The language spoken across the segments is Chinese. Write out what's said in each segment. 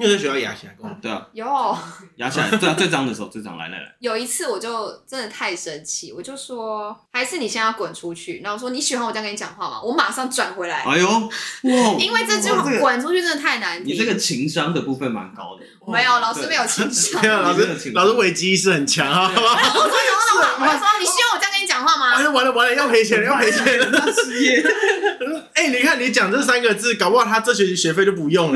你有在学校压起来过？ 对啊， 有压起来，对啊，最脏的时候，最脏，来， 有一次我就真的太生气，我就说还是你现在要滚出去，然后我说你喜欢我这样跟你讲话吗？我马上转回来。 哎呦，哇！ 因为这句话滚出去真的太难听。 你这个情商的部分蛮高的。 没有，老师没有情商。 没有，老师危机意识很强啊。 我说你希望我这样跟你讲话吗？ 完了，要赔钱了。 失业。 你看你讲这3个字，搞不好他这学期学费就不用了。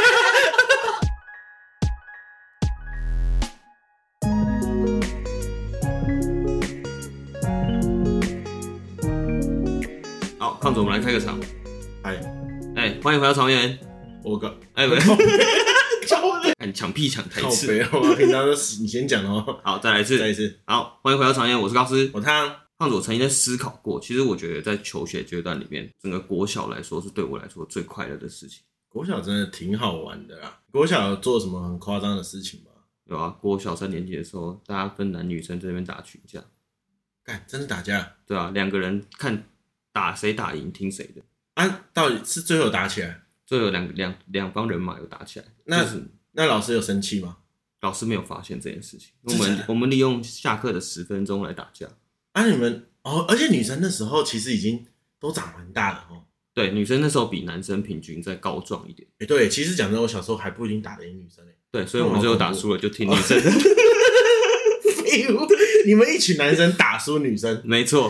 好，胖子，我们来开个场。欢迎回到床缘。 我靠， 你抢屁抢台词。 我平常都你先讲哦。 好，再来一次。好，欢迎回到床缘，我是高斯， 我汤。 胖子，我曾经在思考过，其实我觉得在求学阶段里面，整个国小来说是对我来说最快乐的事情。 国小真的挺好玩的啦。国小有做什么很夸张的事情吗？ 有啊，国小3年级的时候，大家分男女生在那边打群架。 干，真的打架？ 对啊，2个人看打谁打赢，听谁的。 啊，到底是最后打起来？ 最后有两方人马有打起来。 那老师有生气吗？ 老师没有发现这件事情。我们利用下课的10分钟来打架。 啊，你们而且女生那时候其实已经都长蛮大了哦。 对，女生那时候比男生平均再高壮一点。 对，其实讲真的，我小时候还不一定打得赢女生。 对，所以我们最后打输了，就听女生的。 你们一群男生打输女生， 没错。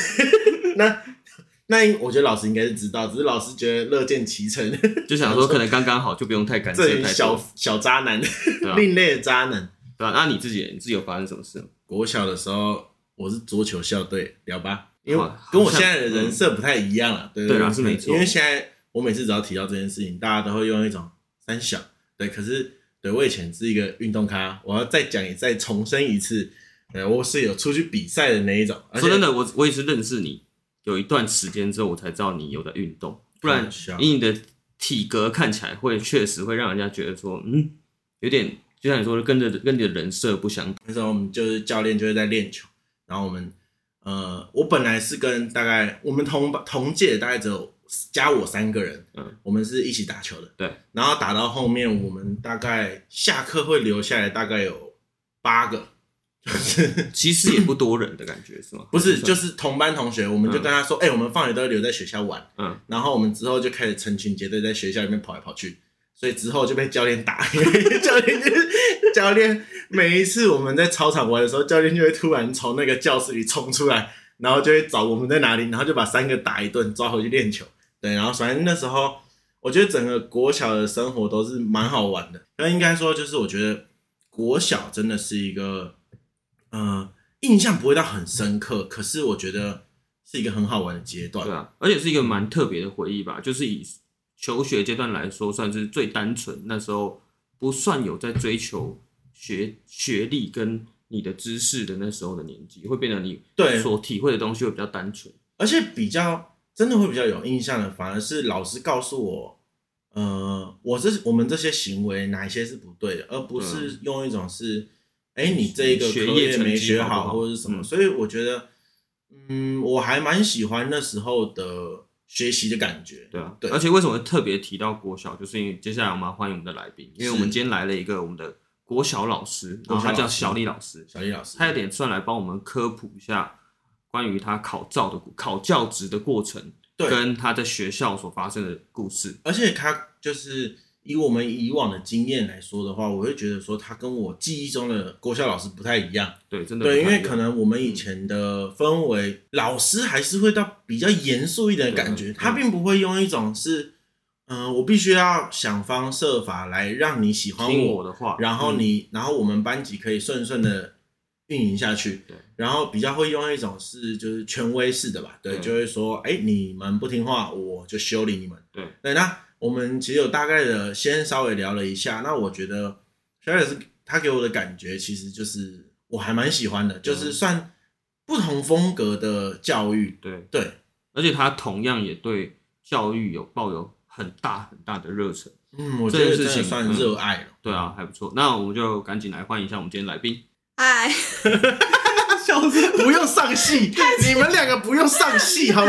那我觉得老师应该是知道，只是老师觉得乐见其成， 就想说可能刚刚好，就不用太干涉太多。 小渣男，另类的渣男。 对啊，那你自己有发生什么事吗？ 国小的时候，我是桌球校队，聊吧，因为跟我现在的人设不太一样了。对啦，是没错。 因为现在我每次只要提到这件事情，大家都会用一种三小。对，可是对我以前是一个运动咖，我要再重申一次，我是有出去比赛的那一种。 说真的，我也是认识你有一段时间之后，我才知道你有在运动，不然以你的体格看起来确实会让人家觉得说，有点就像你说的，跟你的人设不相同。 那时候我们就是教练就会在练球，然后我们我本来是跟大概我们同届大概只有加我3个人，我们是一起打球的， 对。 然后打到后面，我们大概下课会留下来大概有8个。 其实也不多人的感觉是吗？ 不是，就是同班同学，我们就跟他说，我们放学都会留在学校玩，然后我们之后就开始成群结队在学校里面跑来跑去，所以之后就被教练打，因为教练每一次我们在操场玩的时候，教练就会突然从那个教室里冲出来，然后就会找我们在哪里，然后就把3个打一顿，抓回去练球。对，然后反正那时候我觉得整个国小的生活都是蛮好玩的，那应该说就是我觉得国小真的是一个印象不会到很深刻，可是我觉得是一个很好玩的阶段。 对啊，而且是一个蛮特别的回忆吧，就是以求学阶段来说，算是最单纯，那时候不算有在追求学历跟你的知识的那时候的年纪，会变得你所体会的东西会比较单纯， 而且真的会比较有印象的，反而是老师告诉我，我们这些行为哪一些是不对的，而不是用一种是。你这一个科业没学好或者是什么，所以我觉得，我还蛮喜欢那时候的学习的感觉。 对啊，对。而且为什么特别提到国小，就是因为接下来我们要欢迎我们的来宾，因为我们今天来了一个我们的国小老师，然后他叫小李老师。 小李老师， 他有点算来帮我们科普一下关于他考教职的过程，跟他在学校所发生的故事。 而且他就是以我们以往的经验来说的话，我会觉得说他跟我记忆中的国小老师不太一样。 对，真的不太一样。 对，因为可能我们以前的氛围，老师还是会到比较严肃一点的感觉，他并不会用一种是，我必须要想方设法来让你喜欢听我的话， 然后我们班级可以顺顺的运营下去。 对， 然后比较会用一种是就是权威式的吧，对，就会说，你们不听话，我就修理你们。对，那我们其实有大概的先稍微聊了一下，那我觉得小李是他给我的感觉其实就是我还蛮喜欢的，就是算不同风格的教育。对， 而且他同样也对教育抱有很大很大的热忱。 我觉得这真的算热爱了。 对啊，还不错。那我们就赶紧来欢迎一下我们今天来宾。 嗨， 笑死，不用上戏，你们2个不用上戏，好不好？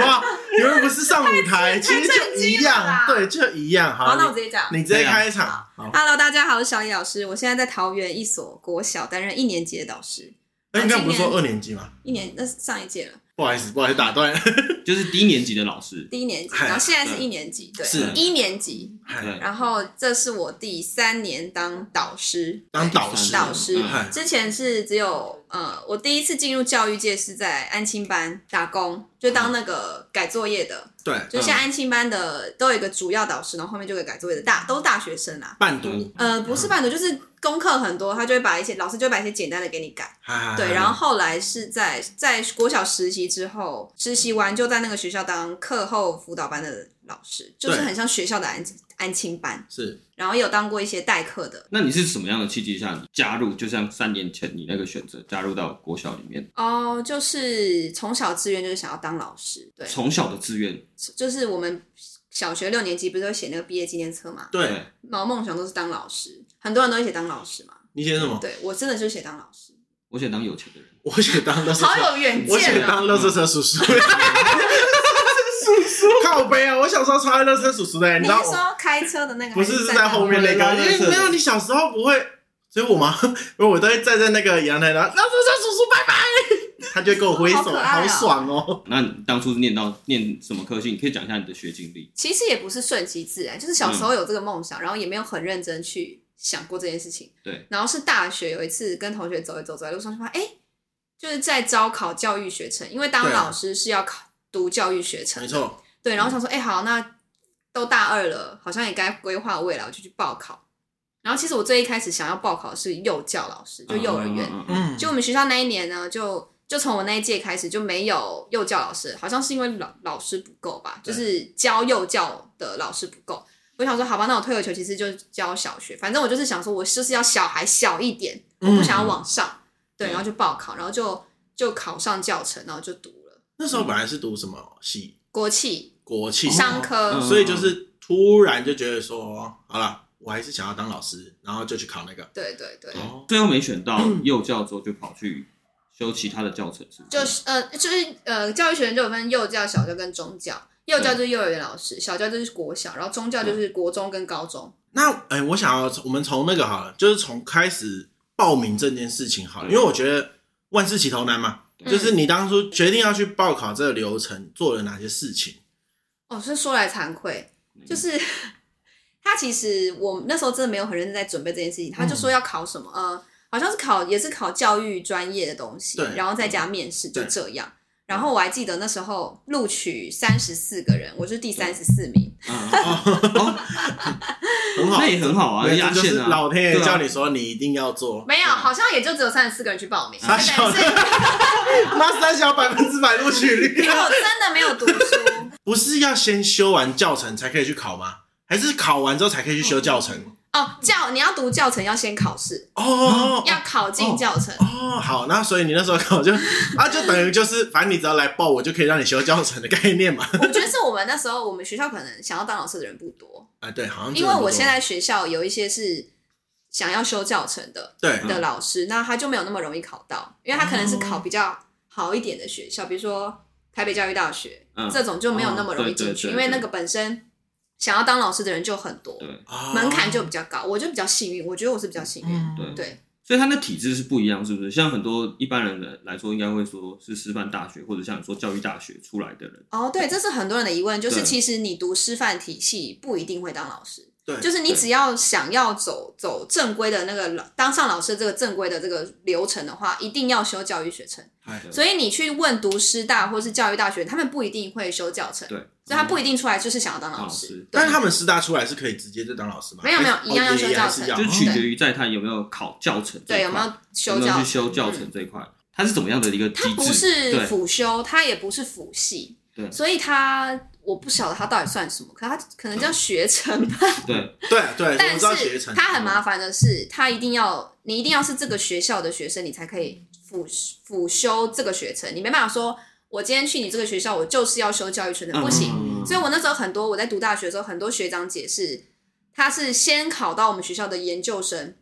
你们不是上舞台，其实就一样，对，就一样。 好，那我直接讲， 你直接开场。 Hello， 大家好，我是小李老师，我现在在桃园一所国小担任1年级的导师。 那你刚不是说2年级吗 ？1年，那是上一届了。 不好意思打断了， 就是低年级的老师， 低年级，然后现在是1年级，对， 是 1年级，然后这是我第3年当导师，之前是只有我第一次进入教育界是在安亲班打工，就当那个改作业的， 对， 就像安亲班的都有一个主要导师，然后后面就有改作业的都是大学生啊， 伴读， 不是伴读，就是功课很多，他就会老师就会把一些简单的给你改，对，然后后来是在国小实习之后，实习完就在那个学校当课后辅导班的老师，就是很像学校的安亲班， 是， 然后也有当过一些代课的。 那你是什么样的契机下你加入？就像3年前你那个选择加入到国小里面？ 哦，就是从小志愿就是想要当老师，对， 从小的志愿就是我们小学6年级不是会写那个毕业纪念册嘛？ 对， 然后梦想都是当老师，很多人都会写当老师嘛。 你写什么？ 对，我真的就写当老师。 我写当有钱的人， 我写当好有远见， 我写当垃圾车叔叔。靠背啊！我小时候超爱垃圾叔叔的，你知道？ 你是说开车的那个？ 不是，是在后面那个。因为没有你小时候不会，只有我吗？因为我都会站在那个阳台，然后垃圾车叔叔拜拜，他就跟我挥手，好爽哦。 那你当初是念什么科系？你可以讲一下你的学经历。 其实也不是顺其自然，就是小时候有这个梦想，然后也没有很认真去想过这件事情。 对。 然后是大学有一次跟同学走在路上就发现，就是在招考教育学程，因为当老师是要读教育学程， 没错。 对，然后想说，好，那都大2了，好像也该规划未来，我就去报考。然后其实我最一开始想要报考的是幼教老师，就幼儿园。就我们学校那一年呢，就从我那一届开始就没有幼教老师，好像是因为老师不够吧，就是教幼教的老师不够。我想说，好吧，那我退而求其次就教小学，反正我就是想说，我就是要小孩小一点，我不想要往上。对，然后就报考，然后就考上教程，然后就读了。 那时候本来是读什么系？ 国企商科， 所以就是突然就觉得说，好了，我还是想要当老师，然后就去考那个。 对， 最后没选到幼教之后，就跑去修其他的教程，是不是？ 就是教育学程就有分幼教、小教跟中教。幼教就是幼儿园老师，小教就是国小，然后中教就是国中跟高中。 那我想要我们从那个好了，就是从开始报名这件事情好了，因为我觉得万事起头难嘛，就是你当初决定要去报考这个流程做了哪些事情？ 是说来惭愧，就是他其实我那时候真的没有很认真在准备这件事情，他就说要考什么，好像是也是考教育专业的东西，然后再加面试，就这样。然后我还记得那时候录取34个人，我是第34名。 很好， 那也很好啊，压线啊， 就是老天爷叫你说你一定要做。 没有，好像也就只有34个人去报名。 妈三小100%录取率。 因为我真的没有读书。 不是要先修完教程才可以去考吗？还是考完之后才可以去修教程？ 你要读教程要先考试要考进教程好，那所以你那时候考就等于就是反正你只要来报，我就可以让你修教程的概念嘛。 我觉得是我们那时候我们学校可能想要当老师的人不多对，好像因为我现在学校有一些是想要修教程的老师，那他就没有那么容易考到，因为他可能是考比较好一点的学校，比如说台北教育大学这种就没有那么容易进去，因为那个本身想要当老师的人就很多，门槛就比较高。我就比较幸运，我觉得我是比较幸运。对， 所以他的体制是不一样，是不是？像很多一般人来说，应该会说是师范大学，或者像你说教育大学出来的人。 对，这是很多人的疑问，就是其实你读师范体系不一定会当老师。 对， 就是你只要想要走正规的那个当上老师这个正规的这个流程的话，一定要修教育学程。所以你去问读师大或是教育大学，他们不一定会修教程。 对， 所以他不一定出来就是想要当老师。 但是他们师大出来是可以直接就当老师吗？ 没有，一样要修教程， 就取决于在他有没有考教程， 对，有没有修教程，去修教程这一块，它是怎么样的一个机制？ 它不是辅修，它也不是辅系，所以我不晓得它到底算什么，可它可能叫学程吧。 对， 但是它很麻烦的是，你一定要是这个学校的学生，你才可以辅修这个学程，你没办法说我今天去你这个学校，我就是要修教育学程，不行。所以我那时候我在读大学的时候，很多学长姐是他是先考到我们学校的研究生，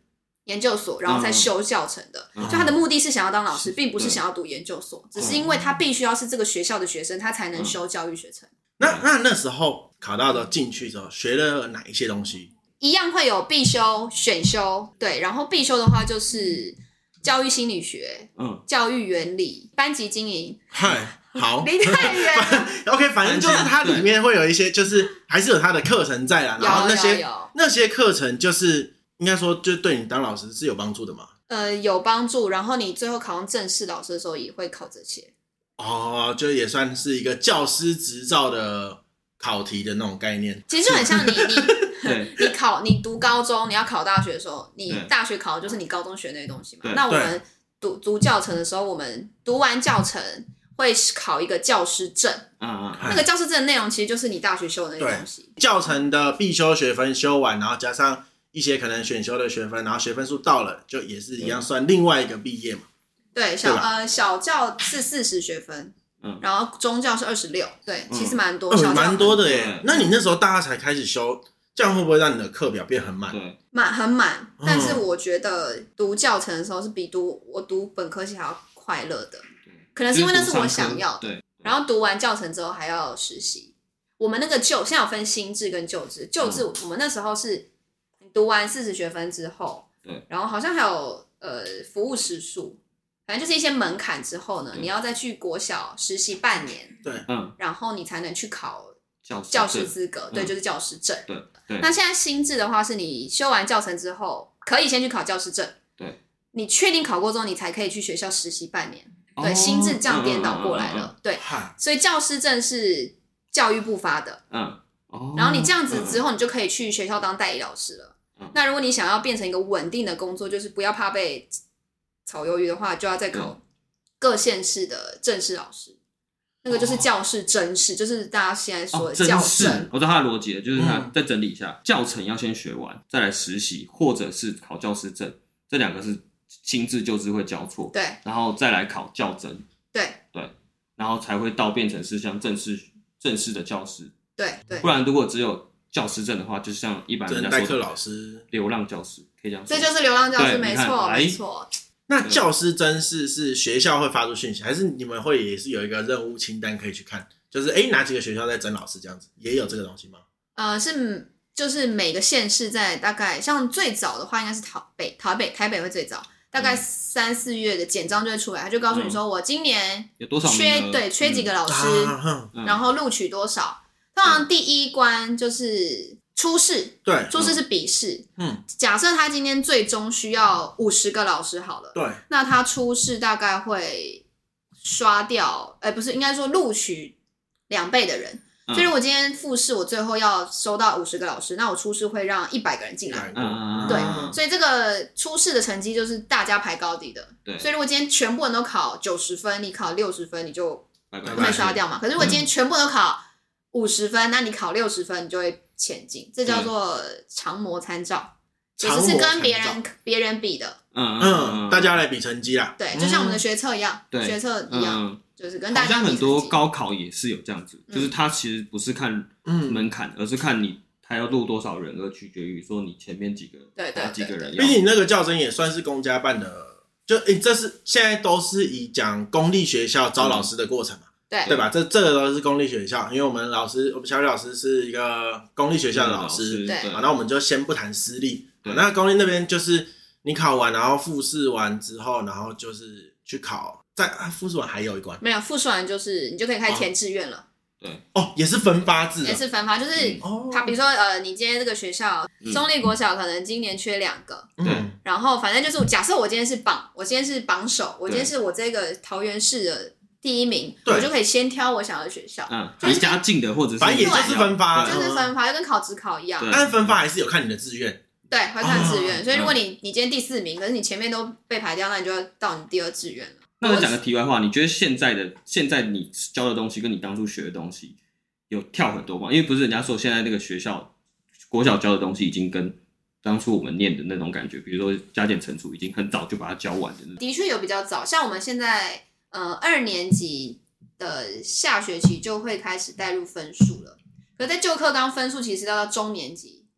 研究所，然后才修教程的。就他的目的是想要当老师，并不是想要读研究所，只是因为他必须要是这个学校的学生，他才能修教育学程。 那时候考到的进去之后，学了哪一些东西？ 一样会有必修、选修，对，然后必修的话就是教育心理学、教育原理、班级经营。 嗨，好， 离太远了。 OK， 反正就是它里面会有一些，就是还是有它的课程在啦。然后那些课程，就是应该说，就对你当老师是有帮助的嘛？ 有帮助。然后你最后考上正式老师的时候，也会考这些。 哦，就也算是一个教师执照的考题的那种概念。 其实就很像你读高中，你要考大学的时候，你大学考的就是你高中学那些东西嘛。那我们读教程的时候，我们读完教程会考一个教师证。那个教师证的内容其实就是你大学修的那些东西。 教程的必修学分修完，然后加上一些可能选修的学分，然后学分数到了，就也是一样算另外一个毕业嘛。对， 小教是40学分。然后中教是26，对，其实蛮多， 蛮多的耶。那你那时候大二才开始修，这样会不会让你的课表变很满？ 很满，但是我觉得读教程的时候是比我读本科系还要快乐的，可能是因为那是我想要的。然后读完教程之后还要实习。我们那个现在有分新制跟旧制，旧制我们那时候是读完40学分之后，然后好像还有服务时数。反正就是一些门槛之后呢，你要再去国小实习半年，然后你才能去考教师资格，对，就是教师证。那现在新制的话，是你修完教程之后，可以先去考教师证，你确定考过之后，你才可以去学校实习半年。对，新制这样颠倒过来了，对，所以教师证是教育部发的，然后你这样子之后，你就可以去学校当代理老师了。那如果你想要变成一个稳定的工作，就是不要怕被炒鱿鱼的话，就要再考各县市的正式老师，那个就是教师甄试，就是大家现在说的教甄。 我知道他的逻辑了，就是他再整理一下，教程要先学完，再来实习，或者是考教师证，这两个是新制旧制会交错， 对， 然后再来考教甄， 对， 然后才会变成是像正式的教师， 对， 不然如果只有教师证的话，就像一般人家说的代课老师、 流浪教师，可以这样说， 这就是流浪教师，没错。 那教师甄试是学校会发出讯息，还是你们会也是有一个任务清单可以去看？就是哪几个学校在甄老师这样子，也有这个东西吗？ 就是每个县市在大概像最早的话，应该是台北会最早，大概3-4月的简章就会出来，他就告诉你说我今年有多少缺几个老师，然后录取多少。通常第一关就是初试， 对， 初试是笔试。假设他今天最终需要50个老师好了， 对， 那他初试大概会刷掉，不是，应该说录取2倍的人。所以如果今天复试我最后要收到50个老师，那我初试会让100个人进来。对，所以这个初试的成绩就是大家排高低的。 对， 所以如果今天全部人都考90分，你考60分，你就会刷掉嘛。可是如果今天全部都考50分，那你考60分，你就会前进。这叫做常模参照，其实是跟别人比的。 大家来比成绩啦。 对，就像我们的学测一样，学测一样。就是跟大家好像很多高考也是有这样子，就是它其实不是看门槛，而是看你还要录多少人，而取决于说你前面几个人。 毕竟那个教甄也算是公家办的，就这是现在都是以讲公立学校招老师的过程嘛，对吧？这个都是公立学校，因为我们小雨老师是一个公立学校的老师， 对， 那我们就先不谈私立。那公立那边就是你考完，然后复试完之后，然后就是去考。在复试完还有一关， 没有复试完就是你就可以开始填志愿了。 对， 也是分发制， 也是分发，就是他比如说你今天这个学校中立国小可能今年缺2个，然后反正就是假设我今天是榜首，我今天是我这个桃园市的第1名，我就可以先挑我想要的学校， 离家近的或者是反正也就是分发， 就是分发，就跟考指考一样， 但分发还是有看你的志愿。 对，会看志愿，所以如果你今天第4名，可是你前面都被排掉，那你就要到你第2志愿了。 那我讲个题外话，你觉得现在你教的东西跟你当初学的东西有跳很多吗？因为不是人家说现在那个学校国小教的东西已经跟当初我们念的那种感觉，比如说加减乘除已经很早就把它教完的那种。 的确有比较早，像我们现在2年级的下学期就会开始带入分数了，可在旧课纲分数其实要到中年级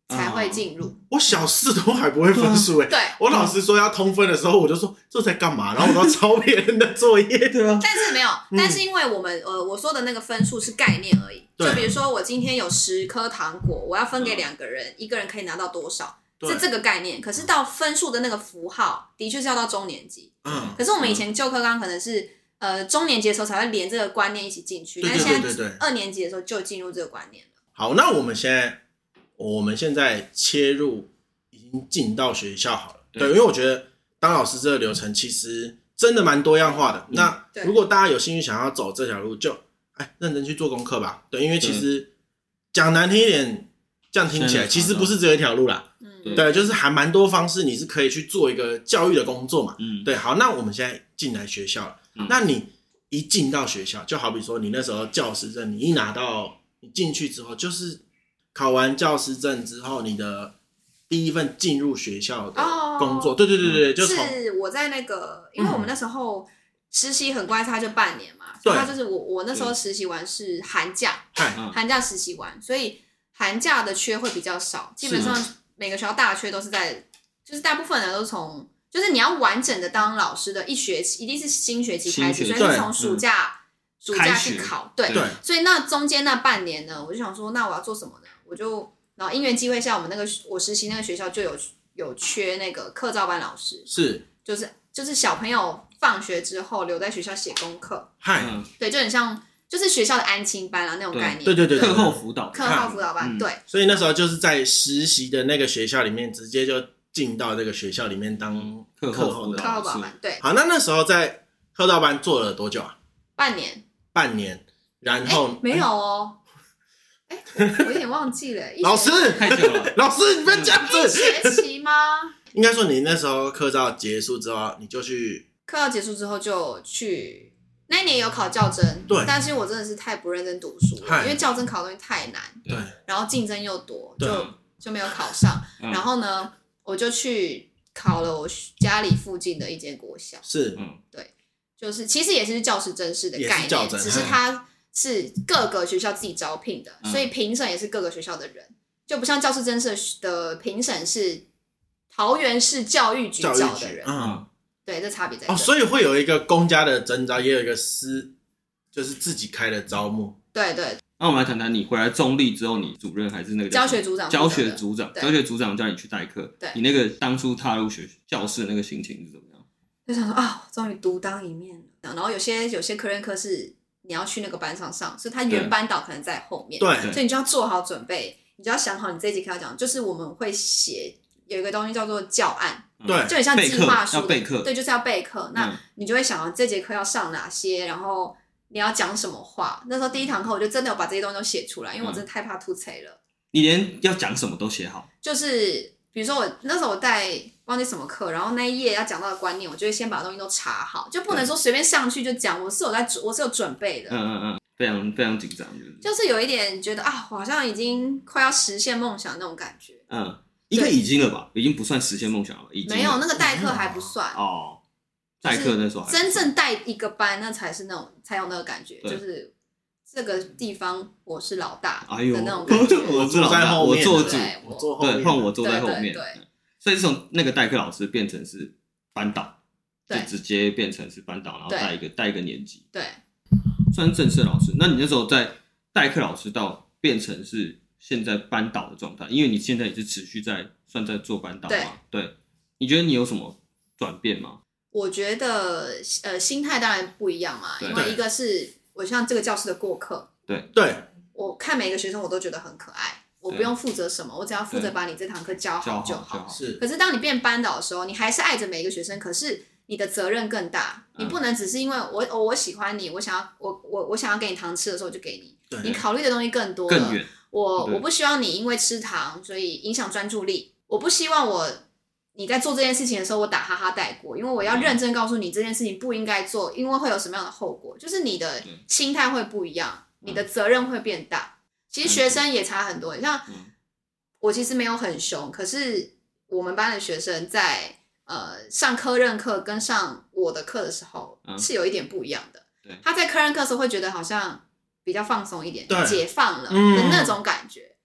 才会进入。 我小4都还不会分数对， 我老师说要通分的时候，我就说这在干嘛？然后我都抄别人的作业。 对啊， 但是没有，但是因为我说的那个分数是概念而已。就比如说我今天有10颗糖果，我要分给2个人，一个人可以拿到多少，是这个概念。可是到分数的那个符号，的确是要到中年级。可是我们以前旧课纲可能是中年级的时候才会连这个观念一起进去，但是现在2年级的时候就进入这个观念了。 好，那我们现在切入已经进到学校好了。对，因为我觉得当老师这个流程其实真的蛮多样化的。那如果大家有兴趣想要走这条路，就认真去做功课吧。对，因为其实讲难听一点，这样听起来其实不是只有一条路啦。对，就是还蛮多方式，你是可以去做一个教育的工作嘛。对，好，那我们现在进来学校了。那你一进到学校，就好比说你那时候教师证，你一拿到，你进去之后，就是考完教师证之后，你的第一份进入学校的工作。对， 就是我在那个，因为我们那时候实习很乖，它就半年嘛，所以它就是我那时候实习完是寒假，寒假实习完，所以寒假的缺会比较少，基本上每个学校大缺都是就是大部分人都是从，就是你要完整的当老师的一学期，一定是新学期开始，所以是从暑假去考，对，所以那中间那半年呢，我就想说，那我要做什么呢？然后因缘际会下，我实习那个学校就有缺那个课照班老师，就是小朋友放学之后留在学校写功课，对，就很像就是学校的安亲班那种概念， 对， 课后辅导班，对。 所以那时候就是在实习的那个学校里面，直接就进到这个学校里面当课后的老师，对。 好，那时候在课照班做了多久啊？ 半年， 然后没有哦。我有点忘记了。 老师太久了， 老师你不要这样子。 一学期吗？ 应该说你那时候课照结束之后，你就去。 课照结束之后就去，那一年有考教甄， 对， 但是我真的是太不认真读书了，因为教甄考的东西太难， 对， 然后竞争又多，就没有考上。然后呢，我就去考了我家里附近的一间国小，对，就是其实也是教师甄试的概念，只是它是各个学校自己招聘的，所以评审也是各个学校的人，就不像教师甄试的评审是桃园市教育局找的人，对，这差别在这。 所以会有一个公家的征召，也有一个就是自己开的招募。 对。 那我们来谈谈你回来中立之后，你主任还是那个教学组长教学组长叫你去代课，你那个当初踏入教室的那个心情是怎么样？ 就想说终于独当一面了。然后有些科任课是你要去那个班上上，所以他原班导可能在后面， 对， 所以你就要做好准备，你就要想好你这一节课要讲，就是我们会写有一个东西叫做教案。 对， 就很像计划书， 要备课， 对，就是要备课。那你就会想到这节课要上哪些，然后你要讲什么话。那时候第一堂课我就真的有把这些东西都写出来，因为我真的太怕吐槽了。 你连要讲什么都写好？ 就是比如说我那时候我带忘记什么课，然后那一页要讲到的观念，我就会先把东西都查好，就不能说随便上去就讲。我是有准备的。 非常非常紧张， 就是有一点觉得我好像已经快要实现梦想那种感觉。 应该已经了吧？已经不算实现梦想了，已经没有那个代课还不算代课那时候还真正带一个班，那才是那种才有那个感觉，就是这个地方我是老大的那种感觉。 我坐在后面， 我做主， 我坐后面， 对，换我坐在后面。 对， 所以从那个代课老师变成是班导，就直接变成是班导，然后带一个年级， 对， 算是正式的老师。那你那时候在代课老师到变成是现在班导的状态，因为你现在也是持续在做班导嘛，对，你觉得你有什么转变吗？ 我觉得心态当然不一样嘛，因为一个是我像这个教室的过客， 对， 我看每个学生我都觉得很可爱，我不用负责什么，我只要负责把你这堂课教好就好。 是。 可是当你变班导的时候，你还是爱着每一个学生，可是你的责任更大，你不能只是因为我喜欢你，我想要给你糖吃的时候就给你，你考虑的东西更多了， 更远。 我不希望你因为吃糖所以影响专注力，我不希望你在做这件事情的时候我打哈哈带过，因为我要认真告诉你这件事情不应该做，因为会有什么样的后果，就是你的心态会不一样，你的责任会变大。其实学生也差很多，像我其实没有很凶，可是我们班的学生在上科任课跟上我的课的时候是有一点不一样的。他在科任课的时候会觉得好像比较放松一点，解放了的那种感觉。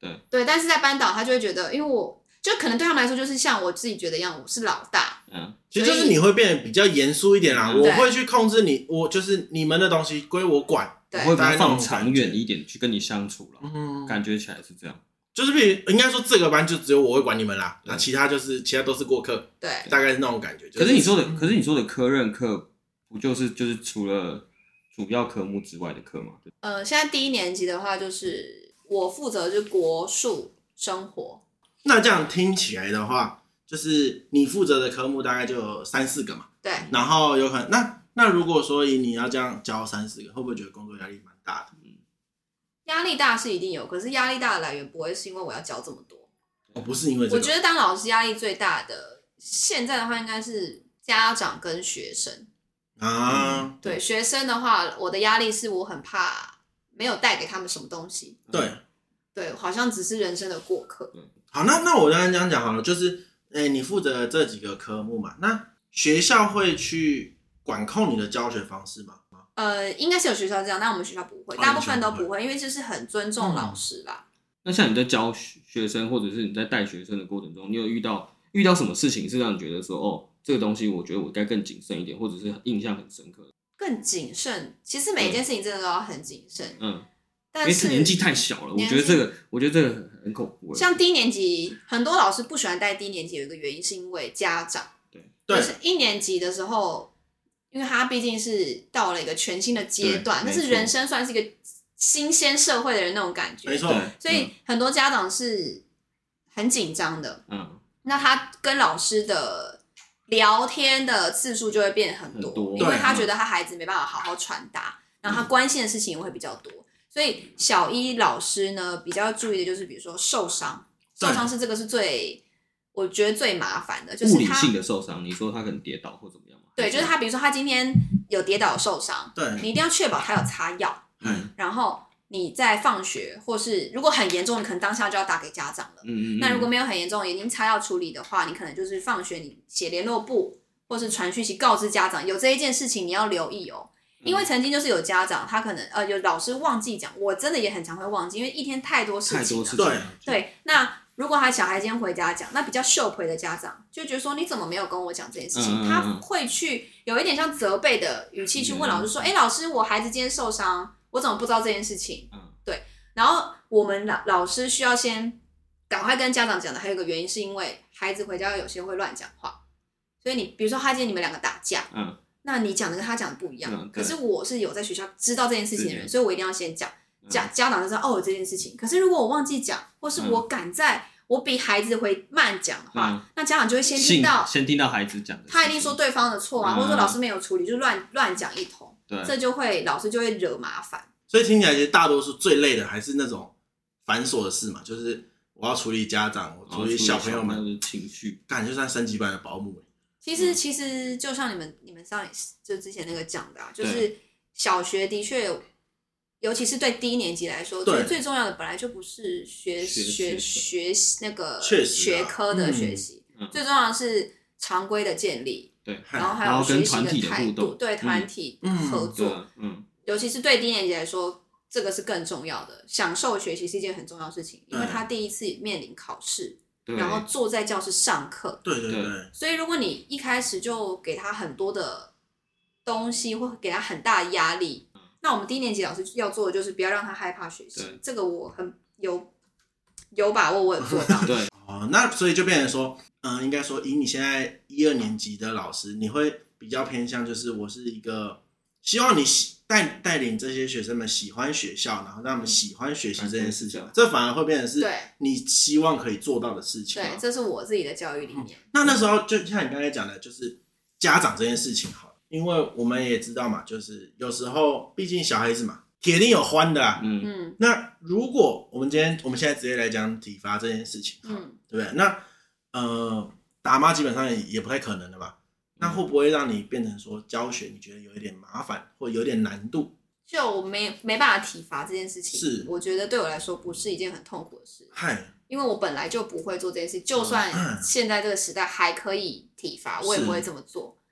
对，但是在班导他就会觉得，因为我就可能对他们来说就是像我自己觉得一样，我是老大， 其实就是你会变得比较严肃一点啦，我会去控制你，我就是你们的东西归我管， 我会把它放长远一点去跟你相处啦，感觉起来是这样。 就是应该说这个班就只有我会管你们啦，那其他都是过客， 对， 大概是那种感觉。 可是你说的科任课不就是除了主要科目之外的课吗？ 现在低年级的话，就是我负责就是国术生活。 那这样听起来的话，就是你负责的科目大概就有3-4个嘛。 对。 然后有可能那如果说你要这样教3-4个，会不会觉得工作压力蛮大的？ 压力大是一定有，可是压力大的来源不会是因为我要教这么多。 不是因为这个。 我觉得当老师压力最大的，现在的话应该是家长跟学生啊。对，学生的话，我的压力是我很怕没有带给他们什么东西。对，好像只是人生的过客。 好，那我刚刚这样讲好了，就是你负责这几个科目嘛，那学校会去管控你的教学方式吗？ 应该是有学校这样，但我们学校不会，大部分都不会，因为就是很尊重老师啦。 那像你在教学生，或者是你在带学生的过程中，你有遇到什么事情是让你觉得说，这个东西我觉得我该更谨慎一点，或者是印象很深刻的？ 更谨慎，其实每一件事情真的都要很谨慎。但是因为年纪太小了，我觉得这个很恐怖。 像低年级，很多老师不喜欢带低年级，有一个原因是因为家长。 对， 就是1年级的时候，因为他毕竟是到了一个全新的阶段，那是人生算是一个新鲜社会的人那种感觉， 没错。 所以很多家长是很紧张的。那他跟老师的聊天的次数就会变很多，因为他觉得他孩子没办法好好传达，然后他关心的事情也会比较多。所以小一老师呢比较注意的就是比如说受伤是这个是我觉得最麻烦的，就是物理性的受伤。你说他可能跌倒或怎么样吗？ 对，就是他比如说他今天有跌倒受伤， 对， 你一定要确保他有擦药，然后你在放学或是如果很严重，你可能当下就要打给家长了。那如果没有很严重，已经擦药处理的话，你可能就是放学你写联络簿或是传讯息告知家长有这一件事情你要留意哦。因为曾经就是有家长他可能有老师忘记讲，我真的也很常会忘记，因为一天太多事情了。对，那如果他小孩今天回家讲，那比较秀培的家长就觉得说你怎么没有跟我讲这件事情，他会去有一点像责备的语气去问老师说，老师我孩子今天受伤，我怎么不知道这件事情？对，然后我们老师需要先赶快跟家长讲的还有一个原因是因为孩子回家有些会乱讲话，所以你比如说他今天你们2个打架，那你讲的跟他讲的不一样，可是我是有在学校知道这件事情的人，所以我一定要先讲，家长就知道有这件事情。可是如果我忘记讲，或是我赶在我比孩子慢讲的话，那家长就会先听到孩子讲的，他一定说对方的错啊，或者说老师没有处理，就乱讲一通，这就会老师就会惹麻烦。 所以听起来其实大多数最累的还是那种繁琐的事嘛，就是我要处理家长，我处理小朋友们的情绪， 就算升级班的保姆。 其实就像你们上就之前那个讲的就是小学的确，尤其是对低年级来说，最重要的本来就不是学那个学科的学习，最重要的是常规的建立，然后还有学习的态度，对团体合作，尤其是对低年级来说，这个是更重要的。享受学习是一件很重要的事情，因为他第一次面临考试。然后坐在教室上课， 对， 所以如果你一开始就给他很多的东西，或给他很大的压力，那我们低年级老师要做的就是不要让他害怕学习。这个我很有把握，我有做到。 对， 那所以就变成说，应该说以你现在1、2年级的老师，你会比较偏向就是我是一个希望你带领这些学生们喜欢学校，然后让他们喜欢学习这件事情，这反而会变成是你希望可以做到的事情。 对，这是我自己的教育理念。 那时候就像你刚才讲的，就是家长这件事情好了，因为我们也知道嘛，就是有时候毕竟小孩子嘛，铁定有欢的啊。那如果我们现在直接来讲体罚这件事情，对不对？那打骂基本上也不太可能的吧？那会不会让你变成说教学你觉得有一点麻烦或有点难度？ 就没办法体罚这件事情，是我觉得对我来说不是一件很痛苦的事。因为我本来就不会做这件事，就算现在这个时代还可以体罚，我也不会这么做。 对，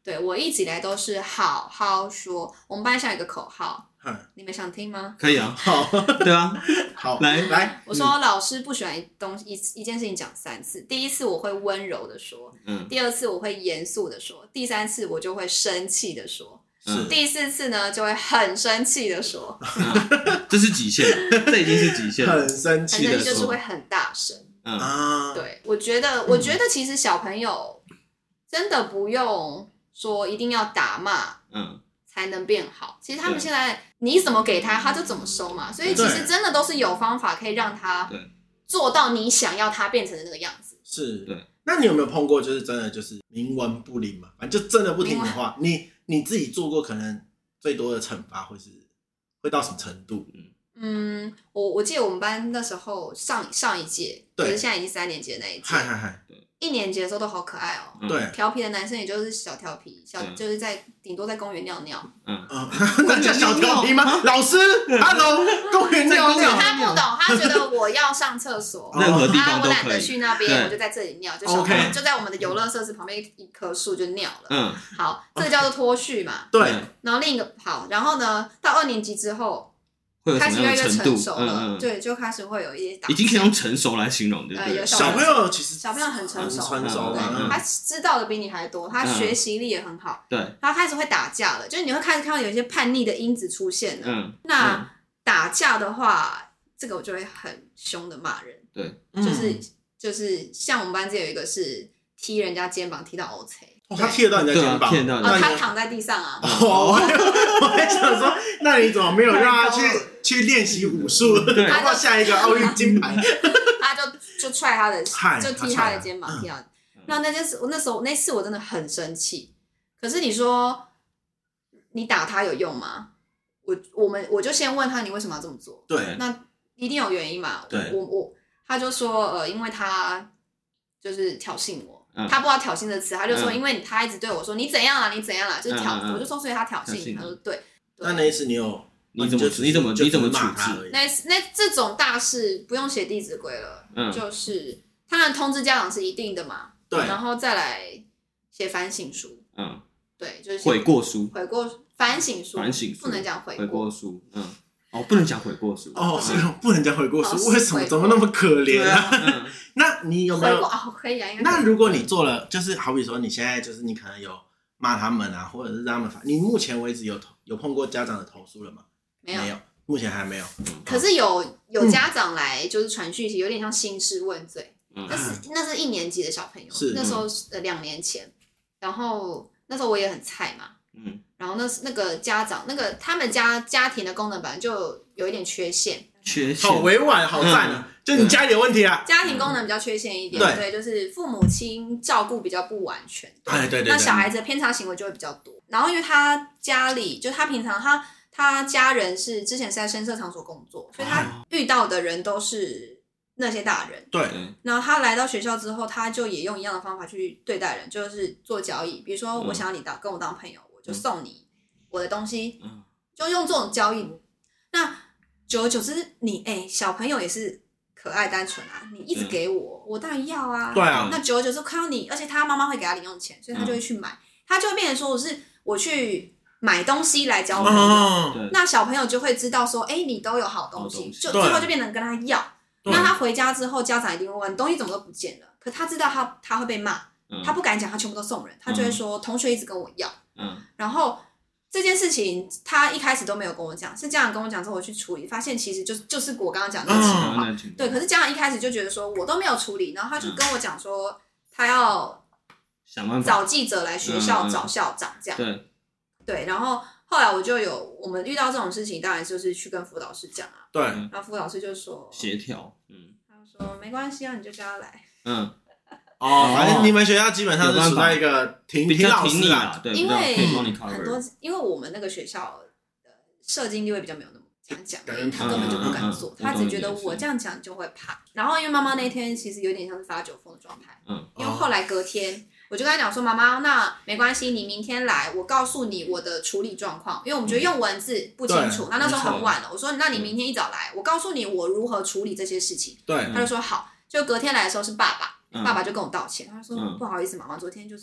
对，我一直以来都是好好说。我们班上有一个口号，你们想听吗？ 可以啊， 好， 对啊， 好， 来， 我说老师不喜欢一件事情讲3次，第一次我会温柔的说，第二次我会严肃的说，第3次我就会生气的说，第4次呢就会很生气的说， 这是极限，这已经是极限了， 很生气的说， 就是会很大声。对，我觉得其实小朋友真的不用说一定要打骂，才能变好。其实他们现在你怎么给他，他就怎么收嘛。所以其实真的都是有方法可以让他做到你想要他变成的那个样子。 是，对。那你有没有碰过就是真的就是冥顽不灵嘛？反正就真的不听你的话，你自己做过可能最多的惩罚会到什么程度？ 我记得我们班那时候上一届，就是现在已经3年级的那一届，1年级的时候都好可爱哦。 对， 调皮的男生也就是小调皮，就是顶多在公园尿尿。 那叫小调皮吗？老师 ，Hello， 公园尿尿。 他不懂，他觉得我要上厕所， 任何地方都可以。 我懒得去那边，我就在这里尿，就在我们的游乐设施旁边一棵树就尿了。好，这个叫做脱序嘛。 对。 然后另一个好，然后呢，到2年级之后。开始越来越成熟了，对，就开始会有一些打架， 已经可以用成熟来形容，对不对？ 小朋友其实小朋友很成熟， 他知道的比你还多，他学习力也很好， 对， 他开始会打架了，就是你会开始看到有一些叛逆的因子出现了。那打架的话，这个我就会很凶的骂人， 对， 就是像我们班这有一个是踢人家肩膀踢到 OK。 他踢得到你的肩膀， 他躺在地上啊。 我还想说，那你怎么没有让他去练习武术？包括下一个奥运金牌， 他就踹他的，就踢他的肩膀，踢到。那次我真的很生气。可是你说你打他有用吗？我就先问他你为什么要这么做？ 对， 那一定有原因嘛。 对， 他就说因为他就是挑衅我。他不知道挑衅的词，他就说，因为他一直对我说你怎样啦，你怎样啦，就是挑，我就说所以他挑衅，他说对。 那一次你怎么处置？ 那这种大事不用写弟子规了，就是当然通知家长是一定的嘛，对，然后再来写反省书，对，就是悔过书， 反省书，不能讲悔过书，不能讲悔过书不能讲悔过书，为什么怎么那么可怜啊？那你有没有？ 可以啊。 那如果你做了，就是好比说你现在就是你可能有骂他们啊，或者是让他们你目前为止有碰过家长的投诉了吗？没有，目前还没有。 可是有家长来就是传讯息，有点像兴师问罪。那是1年级的小朋友，那时候2年前，然后那时候我也很菜嘛。然后那个家长，他们家庭的功能本来就有一点缺陷， 好委婉，好赞啊！就你家里有问题啊， 家庭功能比较缺陷一点，对，就是父母亲照顾比较不完全， 对， 那小孩子的偏差行为就会比较多。然后因为他家里，就他平常他家人之前是在声色场所工作，所以他遇到的人都是那些大人， 对。 然后他来到学校之后，他就也用一样的方法去对待人，就是做交易，比如说我想要你跟我当朋友。就送你我的东西，就用这种交易。那久而久之，你小朋友也是可爱单纯啊，你一直给我当然要啊。 对啊。 那久而久之看到你，而且他妈妈会给他零用钱，所以他就会去买，他就会变成说我去买东西来交朋友。那小朋友就会知道说，你都有好东西，就之后就变成跟他要。那他回家之后，家长一定会问，东西怎么都不见了？可他知道他会被骂，他不敢讲，他全部都送人，他就会说同学一直跟我要。然后这件事情他一开始都没有跟我讲，是家长跟我讲之后我去处理，发现其实就是我刚刚讲的情况。对，可是家长一开始就觉得说我都没有处理，然后他就跟我讲说他要想办法找记者来学校找校长这样。对，然后后来我们遇到这种事情，当然就是去跟辅导师讲啊。 对， 然后辅导师就说协调， 他就说没关系啊，你就叫他来。 反正你们学校基本上是处在一个挺老师啦， 对， 因为很多，因为我们那个学校的社经地位比较没有那么讲，他根本就不敢做，他只觉得我这样讲就会怕。然后因为妈妈那天其实有点像是发酒疯的状态，因为后来隔天我就跟他讲说，妈妈，那没关系，你明天来，我告诉你我的处理状况，因为我们觉得用文字不清楚，那时候很晚了，我说那你明天一早来，我告诉你我如何处理这些事情。 对， 他就说好，就隔天来的时候是爸爸就跟我道歉，他说不好意思，妈妈昨天就是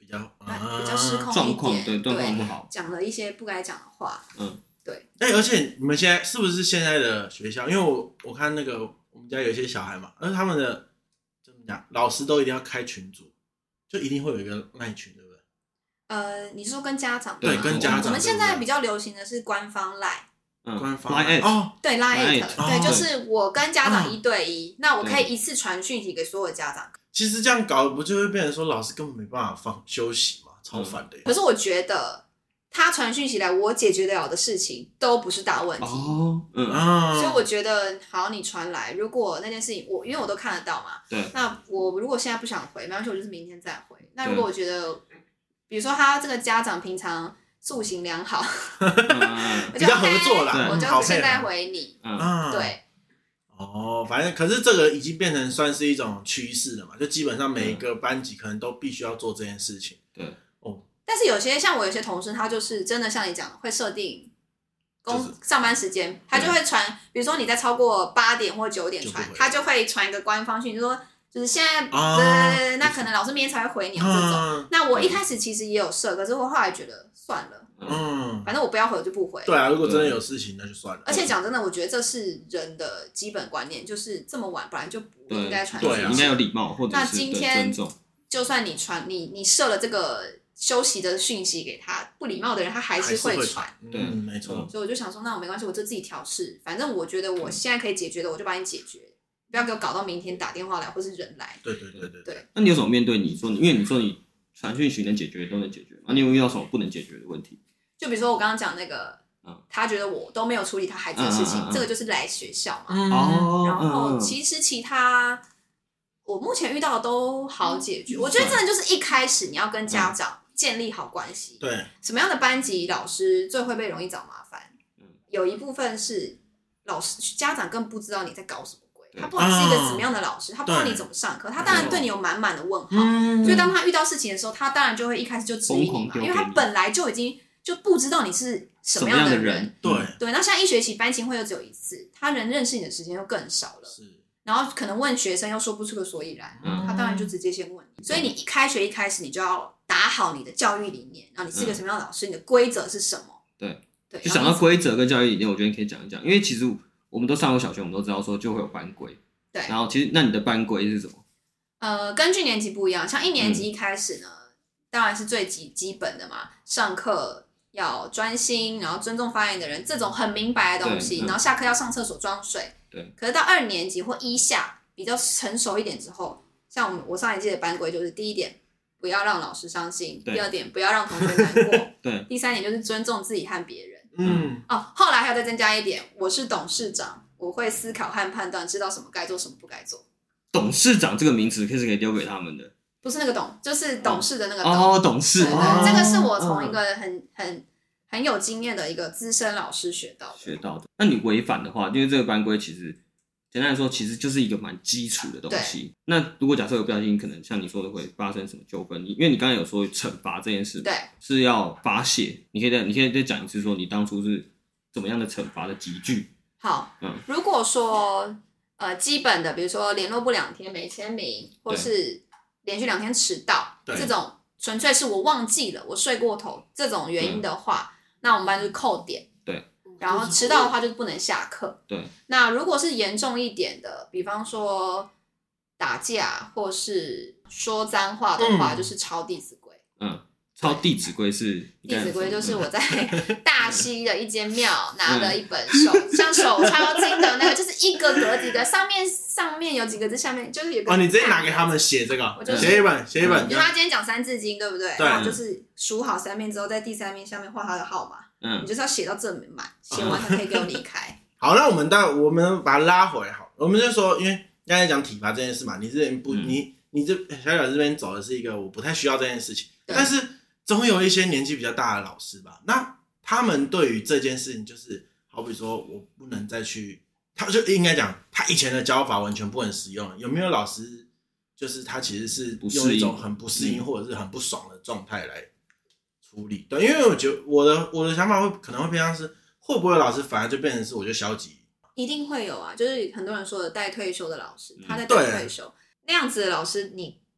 比较失控状况， 一点， 状况不好， 讲了一些不该讲的话。对。 而且你们现在是不是现在的学校？因为我看那个我们家有一些小孩嘛，而他们的怎么讲，老师都一定要开群组，就一定会有一个LINE群，对不对？ 你说跟家长？ 对，跟家长。 我们现在比较流行的是官方 LINE。 官方 LINE 对 LINE， 对，就是我跟家长1对1，那我可以一次传讯息给所有家长。 其实这样搞不就会变成说老师根本没办法休息嘛，超烦的。 可是我觉得他传讯息来，我解决得了的事情都不是大问题。所以我觉得好，你传来，如果那件事情因为我都看得到嘛， 对， 那我如果现在不想回，没关系，我就是明天再回。那如果我觉得，比如说他这个家长平常素行良好， 比较合作啦， 我就现在回你。对。 反正可是这个已经变成算是一种趋势了嘛，就基本上每一个班级可能都必须要做这件事情。 对。 但是有些同事，他就是真的像你讲，会设定上班时间，他就会传，比如说你在超过8点或9点传，他就会传一个官方讯息，就说就是现在，那可能老师明天才会回你这种。那我一开始其实也有设，可是我后来觉得算了。反正我不要回我就不回。 对啊，如果真的有事情那就算了。 而且讲真的，我觉得这是人的基本观念，就是这么晚本来就不应该传讯息， 应该有礼貌或者是那今天就算你传你设了这个休息的讯息给他，不礼貌的人他还是会传。 对，没错。 所以我就想说，那我没关系，我就自己调试。反正我觉得我现在可以解决的，我就帮你解决，不要给我搞到明天打电话来或是人来。 对。 那你有什么面对因为你说你传讯息能解决都能解决，你有没有遇到什么不能解决的问题？ 就比如说我刚刚讲那个，他觉得我都没有处理他孩子的事情，这个就是来学校嘛。然后其实其他我目前遇到的都好解决。我觉得真的就是一开始你要跟家长建立好关系。 对， 什么样的班级老师最会被容易找麻烦？有一部分是老师家长更不知道你在搞什么鬼，他不知道你是一个怎么样的老师，他不知道你怎么上课，他当然对你有满满的问号。所以当他遇到事情的时候，他当然就会一开始就质疑你嘛，因为他本来就已经就不知道你是什么样的人。对，那像1学期班亲会又只有1次，他能认识你的时间又更少了。然后可能问学生又说不出个所以然，他当然就直接先问你。所以你开学一开始你就要打好你的教育理念，然后你是一个什么样的老师，你的规则是什么。对，就想到规则跟教育理念，我觉得你可以讲一讲，因为其实我们都上过小学，我们都知道说就会有班规。 对， 然后其实那你的班规是什么？ 根据年级不一样，像1年级一开始呢，当然是最基本的嘛，上课要专心，然后尊重发言的人，这种很明白的东西。然后下课要上厕所装水。 对。 可是到2年级或1下比较成熟一点之后，像我上一届的班规就是第1点，不要让老师伤心；第2点，不要让同学难过； 对。 第3点就是尊重自己和别人。后来还有再增加一点，我是董事长，我会思考和判断，知道什么该做，什么不该做。 董事长这个名词可以丢给他们的， 不是那个董，就是董事的那个董。 董事。 这个是我从一个很有经验的一个资深老师学到的。 那你违反的话，因为这个班规其实简单来说，其实就是一个蛮基础的东西。那如果假设有不小心，可能像你说的会发生什么纠纷，因为你刚才有说惩罚这件事， 对， 是要发泄。你可以再讲一次，说你当初是怎么样的惩罚的集聚？ 好，如果说基本的，比如说联络部2天没签名，或是连续2天迟到，这种纯粹是我忘记了，我睡过头这种原因的话，那我们班就是扣点。 对。 然后迟到的话就是不能下课。 对。 那如果是严重一点的，比方说打架或是说脏话的话，就是抄弟子规。 抄弟子规是？ 弟子规就是我在大溪的一间庙拿了一本像手抄经的那个，就是一个格几个，上面有几个字，下面就是有个。 你直接拿给他们写这个，写一本。 比如他今天讲三字经，对不对？然后就是数好3面之后，在第3面下面画他的号码。你就是要写到这么满，写完才可以给我离开。 好，那我们把它拉回来好，我们就说，因为刚才讲体罚这件事嘛，你这小小这边走的是一个我不太需要这件事情，但是总有一些年纪比较大的老师吧，那他们对于这件事情就是，好比说我不能再去，他就应该讲他以前的教法完全不能使用了。有没有老师就是他其实是用一种很不适应或者是很不爽的状态来处理？对，因为我觉得我的想法可能会偏向是，会不会老师反而就变成是我就消极？ 一定会有啊，就是很多人说的带退休的老师，他在带退休那样子的老师，你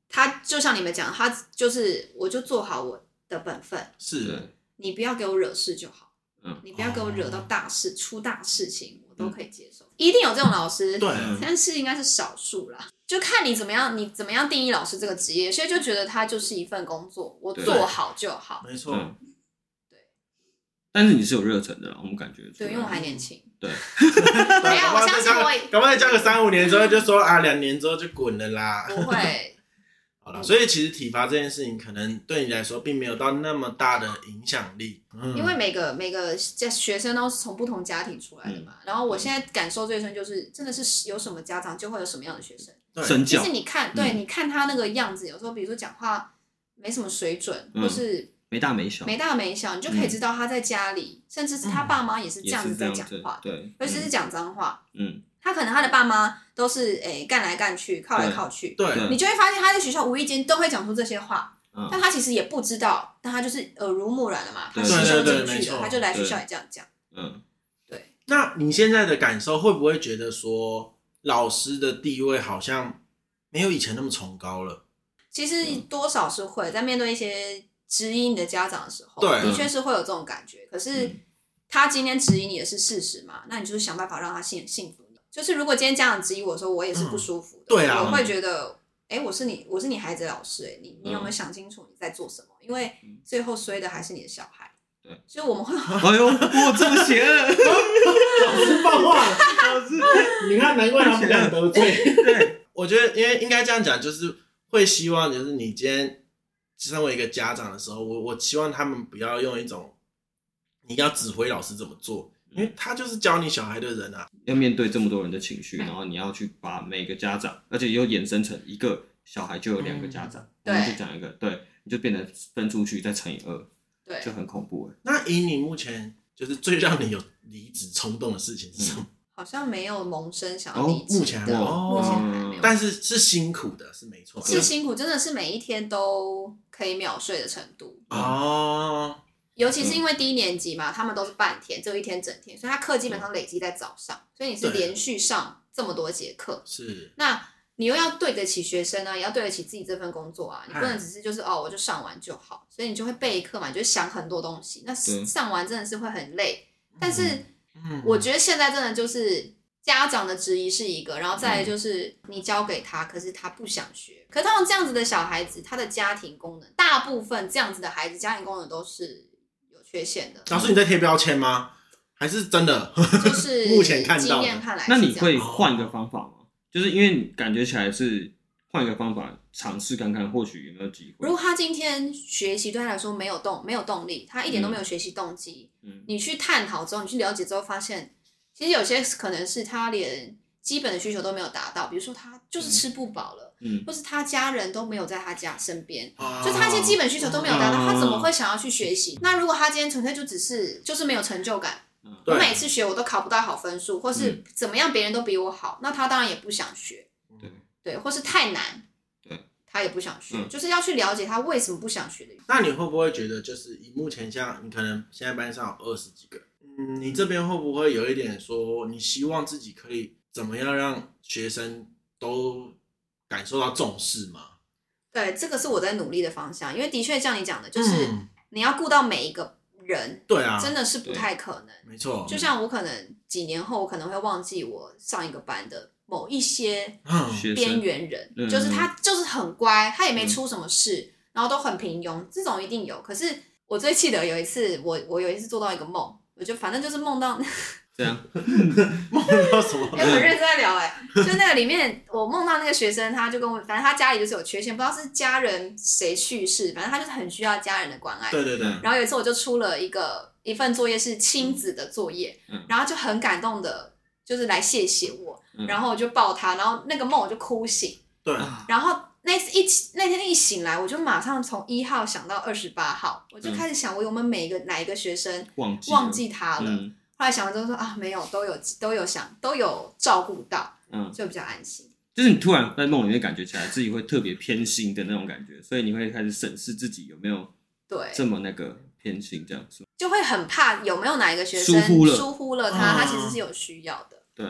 他就像你们讲，他就是我就做好我的本分， 是你不要给我惹事就好，你不要给我惹到大事、出大事情，我都可以接受。一定有这种老师， 对， 但是应该是少数啦。就看你怎么样定义老师这个职业，有些就觉得他就是一份工作，我做好就好。 没错， 对。但是你是有热忱的啦，我们感觉。 对，因为我还年轻。 对。 没有，我相信我。 搞不好再教个3-5年之后就说啊，2年之后就滚了啦。 不会。 好了，所以其实体罚这件事情，可能对你来说并没有到那么大的影响力。 因为每个学生都是从不同家庭出来的嘛。然后我现在感受最深就是，真的是有什么家长就会有什么样的学生。 身教。 其实你看，你看他那个样子，有时候比如说讲话没什么水准，或是没大没小， 你就可以知道他在家里，甚至是他爸妈也是这样子在讲话， 对， 尤其是讲脏话，他可能他的爸妈都是干来干去，靠来靠去， 对， 你就会发现他在学校无意间都会讲出这些话，但他其实也不知道，但他就是耳濡目染了嘛，他吸收进去了，他就来学校也这样讲，对。 那你现在的感受会不会觉得说，老师的地位好像没有以前那么崇高了？ 其实多少是会在面对一些质疑你的家长的时候， 对， 的确是会有这种感觉。可是他今天质疑你的是事实嘛？那你就是想办法让他信服你。就是如果今天家长质疑我的时候，我也是不舒服的。 对啊， 我会觉得，我是你孩子的老师，你有没有想清楚你在做什么？因为最后衰的还是你的小孩。 对， 所以我们会。 哎呦，我这么邪恶， 老师放话了，老师，你看，难怪他不敢得罪。对，我觉得因为应该这样讲，就是会希望，就是你今天身为一个家长的时候，我希望他们不要用一种你要指挥老师怎么做，因为他就是教你小孩的人啊。 要面对这么多人的情绪，然后你要去把每个家长，而且又衍生成一个小孩就有2个家长，我们就讲一个，对，你就变成分出去再乘以2，对，就很恐怖了。 那以你目前就是最让你有离职冲动的事情是什么？ 好像没有萌生想要离职的， 目前还没有，但是是辛苦的，是没错， 是辛苦，真的是每一天都可以秒睡的程度哦。 尤其是因为低年级嘛，他们都是半天，只有1天整天，所以他课基本上累积在早上，所以你是连续上这么多节课。 是， 那你又要对得起学生啊，也要对得起自己这份工作啊，你不能只是就是我就上完就好，所以你就会备课嘛，你就会想很多东西，那上完真的是会很累。但是我觉得现在真的就是家长的质疑是一个，然后再来就是你教给他，可是他不想学。可是他们这样子的小孩子，他的家庭功能，大部分这样子的孩子家庭功能都是有缺陷的。 老师，你在贴标签吗？还是真的？ 就是目前看到经验看来， 那你会换一个方法吗？就是因为你感觉起来是换一个方法尝试看看，或许有没有机会。 如果他今天学习对他来说没有动力，他一点都没有学习动机，你去探讨之后，你去了解之后，发现其实有些可能是他连基本的需求都没有达到，比如说他就是吃不饱了，或是他家人都没有在他家身边，就他一些基本需求都没有达到，他怎么会想要去学习？那如果他今天纯粹就只是就是没有成就感，我每次学我都考不到好分数，或是怎么样别人都比我好，那他当然也不想学，对，或是太难，他也不想学，就是要去了解他为什么不想学的原因。 那你会不会觉得，就是以目前像你可能现在班上有20几个，你这边会不会有一点说，你希望自己可以怎么样让学生都感受到重视吗？ 对，这个是我在努力的方向，因为的确像你讲的，就是你要顾到每一个人， 对啊， 真的是不太可能。 没错， 就像我可能几年后，我可能会忘记我上一个班的某一些边缘人，就是他就是很乖，他也没出什么事，然后都很平庸，这种一定有。可是我最记得有一次，我有一次做到一个梦，我就反正就是梦到这样梦到什么？ 很认真在聊就那个里面我梦到那个学生，他就跟我，反正他家里就是有缺陷，不知道是家人谁去世，反正他就是很需要家人的关爱。 对对对。 然后有一次我就出了一份作业是亲子的作业，然后就很感动的，就是来谢谢我，然后我就抱他，然后那个梦我就哭醒。 对。 然后那天一醒来，我就马上从1号想到28号，我就开始想我有没有哪一个学生忘记他了。后来想完之后说没有，都有想，都有照顾到，就比较安心。 就是你突然在梦里面感觉起来自己会特别偏心的那种感觉，所以你会开始审视自己有没有这么那个偏心，这样子就会很怕有没有哪一个学生疏忽了他其实是有需要的。 对，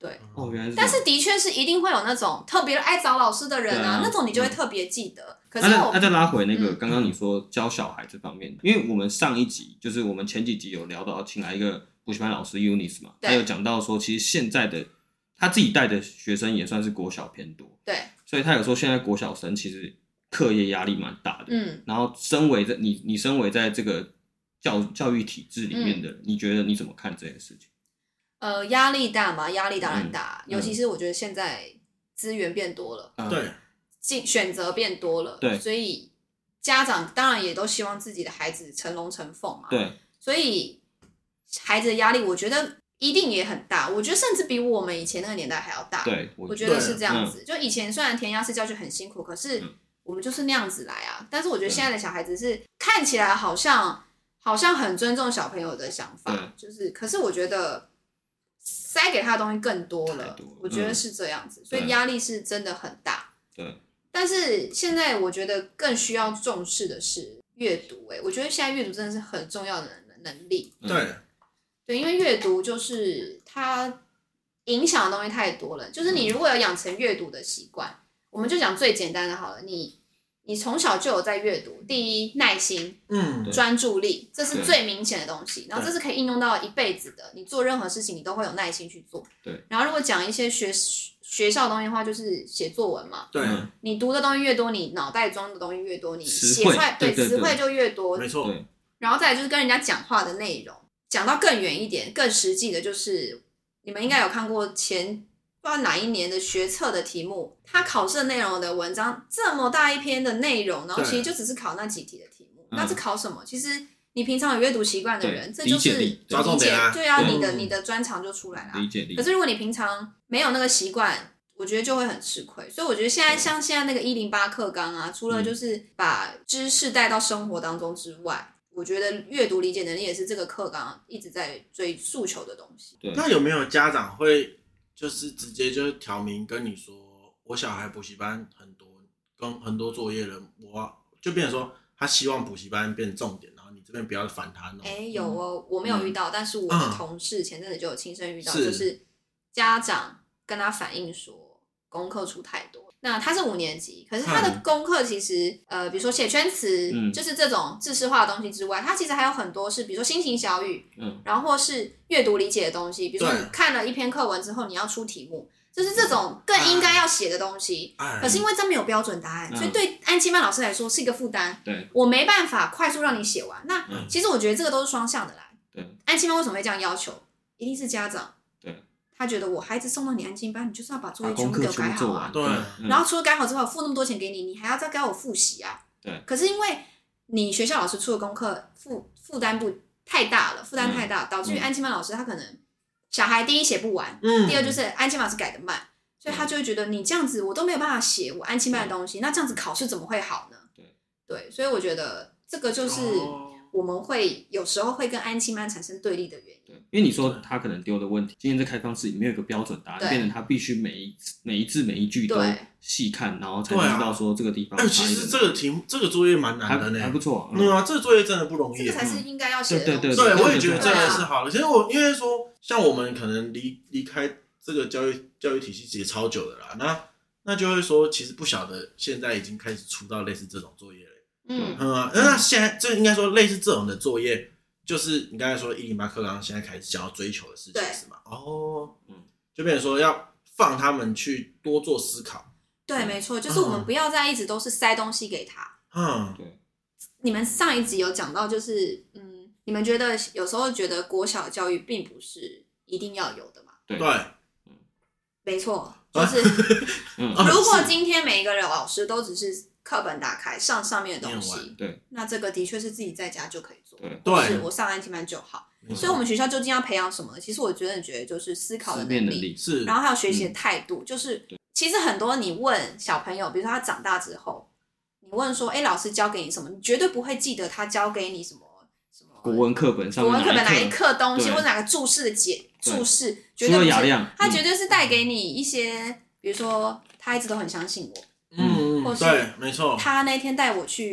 对， 原来是这样。 但是的确是一定会有那种特别爱找老师的人啊，那种你就会特别记得。可是再拉回那个刚刚你说教小孩这方面，因为我们上一集就是我们前几集有聊到，请来一个补习班老师 Eunice 嘛，他有讲到说，其实现在的他自己带的学生也算是国小偏多， 对， 所以他有说现在国小生其实课业压力蛮大的，然后身为你身为在这个教育体制里面的人，你觉得你怎么看这件事情？ 压力大嘛，压力当然大，尤其是我觉得现在资源变多了， 对。 选择变多了， 对， 所以家长当然也都希望自己的孩子成龙成凤嘛， 对， 所以孩子的压力，我觉得一定也很大，我觉得甚至比我们以前那个年代还要大， 对， 我觉得是这样子。就以前虽然填鸭式教学很辛苦，可是我们就是那样子来啊。但是我觉得现在的小孩子是看起来好像很尊重小朋友的想法，就是可是我觉得塞给他的东西更多了，我觉得是这样子，所以压力是真的很大， 对。 但是现在我觉得更需要重视的是阅读，我觉得现在阅读真的是很重要的能力。对，因为阅读就是它影响的东西太多了。就是你如果有养成阅读的习惯，我们就讲最简单的好了，你从小就有在阅读，第一耐心，专注力，这是最明显的东西。然后这是可以应用到一辈子的，你做任何事情你都会有耐心去做。 对。 然后如果讲一些学校的东西的话，就是写作文嘛。 对。 你读的东西越多，你脑袋装的东西越多，你写出来词汇就越多。 没错。 然后再来就是跟人家讲话的内容，讲到更远一点、更实际的，就是你们应该有看过不知道哪一年的学测的题目，他考试的内容的文章这么大一篇的内容，然后其实就只是考那几题的题目，那是考什么？其实你平常有阅读习惯的人，这就是理解，对啊，你的专长就出来了。可是如果你平常没有那个习惯，我觉得就会很吃亏。所以我觉得像现在那个108课纲啊，除了就是把知识带到生活当中之外，我觉得阅读理解能力也是这个课纲一直在追诉求的东西。 那有没有家长会就是直接就是挑明跟你说，我小孩补习班很多作业了，我就变成说他希望补习班变重点，然后你这边不要烦他。 有哦，我没有遇到，但是我的同事前阵子就有亲身遇到，就是家长跟他反映说功课出太多。那他是5年级，可是他的功课其实比如说写圈词，就是这种知识化的东西之外，他其实还有很多是比如说心情小语，然后或是阅读理解的东西，比如说你看了一篇课文之后你要出题目，就是这种更应该要写的东西，可是因为这没有标准答案，所以对安亲班老师来说是一个负担，我没办法快速让你写完。那其实我觉得这个都是双向的啦，安亲班为什么会这样要求？一定是家长他觉得我孩子送到你安亲班，你就是要把作业全部给我改好啊。 对。 然后除了改好之外，我付那么多钱给你，你还要再给我复习啊。 对。 可是因为你学校老师出的功课负担太大了，导致于安亲班老师他可能小孩第一写不完，第二就是安亲班老师改得慢，所以他就会觉得你这样子我都没有办法写我安亲班的东西，那这样子考试怎么会好呢？对，所以我觉得这个就是我们会有时候会跟安亲班产生对立的原因。 因为你说他可能丢的问题，今天在开放式里面有一个标准答案，变成他必须每一字每一句都细看，然后才能知道说这个地方。 其实这个作业蛮难的呢， 还不错。 这个作业真的不容易。 这个才是应该要写的东西。 对，我也觉得这个是好的。其实因为说，像我们可能离开这个教育体系也超久的啦，那就会说，其实不晓得现在已经开始出到类似这种作业了。那现在这应该说类似这种的作业。就是你刚才说108课纲现在开始想要追求的事情是吗？就变成说要放他们去多做思考。 对，没错，就是我们不要再一直都是塞东西给他。 对。你们上一集有讲到，就是你们觉得有时候觉得国小教育并不是一定要有的嘛？ 对。 没错，就是如果今天每一个老师都只是课本打开上面的东西，那这个的确是自己在家就可以做，是我上安亲班就好。所以我们学校究竟要培养什么？其实我觉得就是思考的能力， 是， 然后还有学习的态度。就是其实很多你问小朋友，比如说他长大之后，你问说，老师教给你什么？你绝对不会记得他教给你什么国文课本上面哪一课东西，或者哪个注释的注释，绝对不是，他绝对是带给你一些，比如说他一直都很相信我。 对，没错。 他那天带我去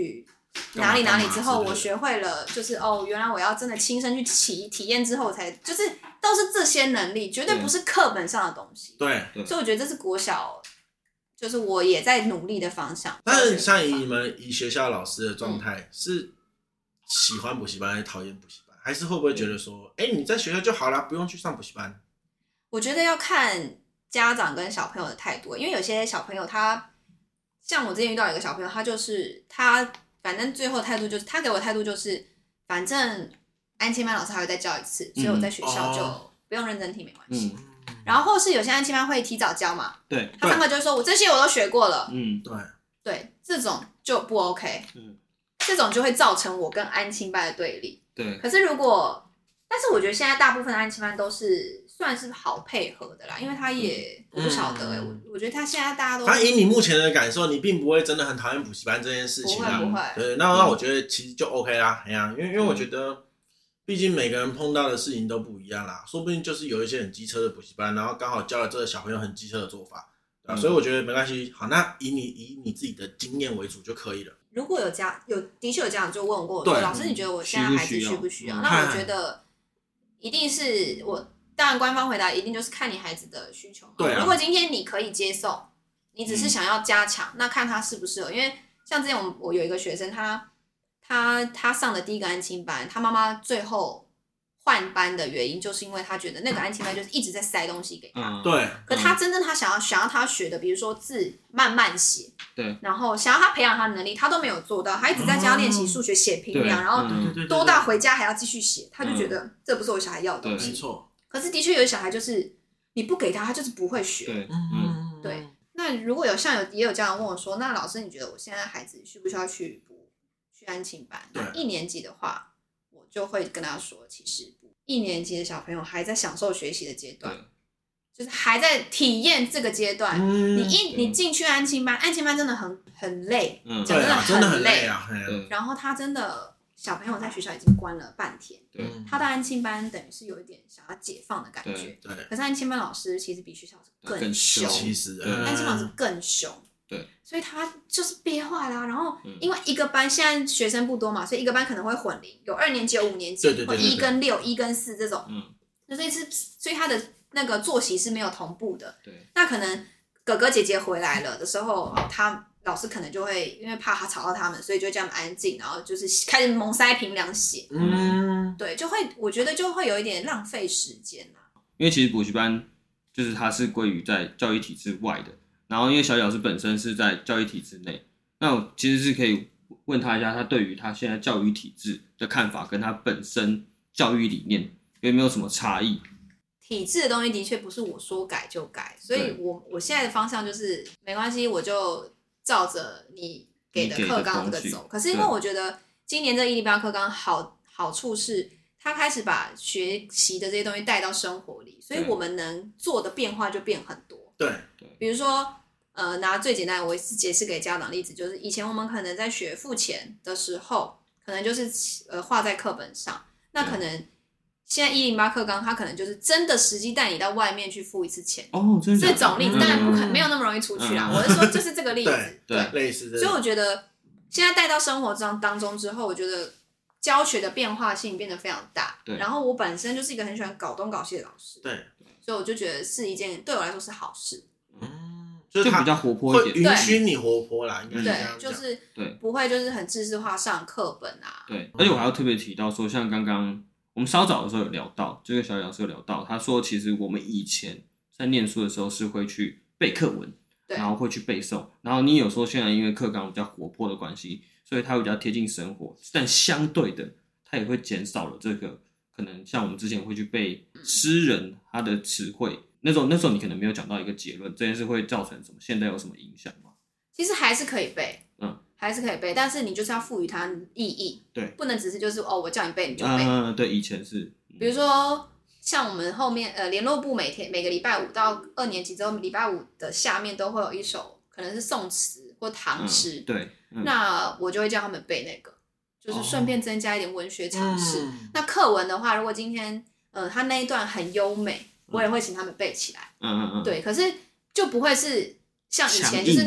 哪里之后，我学会了，就是原来我要真的亲身去体验之后，才就是都是这些能力，绝对不是课本上的东西。 对， 所以我觉得这是国小，就是我也在努力的方向。 但是像你们以学校老师的状态，是喜欢补习班还是讨厌补习班，还是会不会觉得说，你在学校就好了，不用去上补习班？ 我觉得要看家长跟小朋友的态度，因为有些小朋友像我之前遇到一个小朋友，他反正最后态度就是他给我的态度就是，反正安亲班老师还会再教一次，所以我在学校就不用认真听没关系。然后或是有些安亲班会提早教嘛， 对， 他上课就会说我这些我都学过了， 对， 这种就不 OK，这种就会造成我跟安亲班的对立。 对， 可是但是我觉得现在大部分的安亲班都是算是好配合的啦，因为他也我不晓得我觉得他现在大家都， 以你目前的感受，你并不会真的很讨厌补习班这件事情啦， 不会， 对，那我觉得其实就 OK 啦，因为我觉得，毕竟每个人碰到的事情都不一样啦，说不定就是有一些很机车的补习班，然后刚好教了这个小朋友很机车的做法，对吧？所以我觉得没关系，好，那以你自己的经验为主就可以了。 如果的确有家长就问过我说，老师你觉得我现在孩子需不需要？那我觉得一定是当然官方回答一定就是看你孩子的需求嘛。 对如果今天你可以接受，你只是想要加强，那看他适不适合。因为像之前我有一个学生，他上的第一个安亲班，他妈妈最后换班的原因就是因为他觉得那个安亲班就是一直在塞东西给他， 对。 可他真正他想要他学的，比如说字慢慢写， 对， 然后想要他培养他的能力，他都没有做到，他一直在家练习数学写评量，然后多大回家还要继续写，他就觉得这不是我小孩要的东西。 没错。 可是的确有的小孩就是你不给他，他就是不会学。对。那如果也有家长问我说，那老师你觉得我现在孩子需不需要去安亲班？那1年级的话，我就会跟他说，其实1年级的小朋友还在享受学习的阶段，就是还在体验这个阶段。你进去安亲班，安亲班真的很累，真的很累啊。 然后他真的小朋友在学校已经关了半天，他的安亲班等于是有一点想要解放的感觉。可是安亲班老师其实比学校更凶， 其实安亲班老师更凶。 对， 所以他就是憋坏啦。然后因为一个班现在学生不多嘛，所以一个班可能会混龄，有2年级有5年级，或1跟6、1跟4这种。所以他的那个作息是没有同步的。 对， 那可能哥哥姐姐回来了的时候，老师可能就会因为怕他吵到他们，所以就叫他们安静，然后就是开始猛塞评量写。对，我觉得就会有一点浪费时间啦。 因为其实补习班就是它是归于在教育体制外的。然后，因为小李老师本身是在教育体制内，那我其实是可以问他一下，他对于他现在教育体制的看法，跟他本身教育理念有没有什么差异？ 体制的东西的确不是我说改就改，所以我现在的方向就是没关系，我就照着你给的课纲这个走。可是因为我觉得今年这108课纲好处是，他开始把学习的这些东西带到生活里，所以我们能做的变化就变很多。 对， 比如说。拿最简单的，我解释给家长例子，就是以前我们可能在学付钱的时候，可能就是画在课本上，那可能现在108课纲，它可能就是真的实际带你到外面去付一次钱。 真的这种例子当然没有那么容易出去啦。我是说，就是这个例子， 对，类似的。 所以我觉得现在带到生活当中之后，我觉得教学的变化性变得非常大。然后我本身就是一个很喜欢搞东搞西的老师， 对， 所以我就觉得是一件对我来说是好事。 就比较活泼一点， 允许你活泼啦，应该是这样讲。 就是不会就是很知识化上课本啊。 对，而且我还要特别提到说，像刚刚我们稍早的时候有聊到，这个小李老师有聊到，他说其实我们以前在念书的时候是会去背课文，然后会去背诵，然后你有说现在因为课纲比较活泼的关系，所以它会比较贴近生活，但相对的，它也会减少了这个可能像我们之前会去背诗人他的词汇。那时候你可能没有讲到一个结论，这件事会造成什么？现在有什么影响吗？ 其实还是可以背，还是可以背，但是你就是要赋予它意义， 对， 不能只是就是我叫你背你就背。 对，以前是， 比如说像我们后面联络部每个礼拜5到2年级之后，礼拜5的下面都会有一首可能是宋词或唐诗， 对， 那我就会叫他们背那个，就是顺便增加一点文学常识。那课文的话，如果今天他那一段很优美。我也会请他们背起来，对，可是就不会是像以前就是那种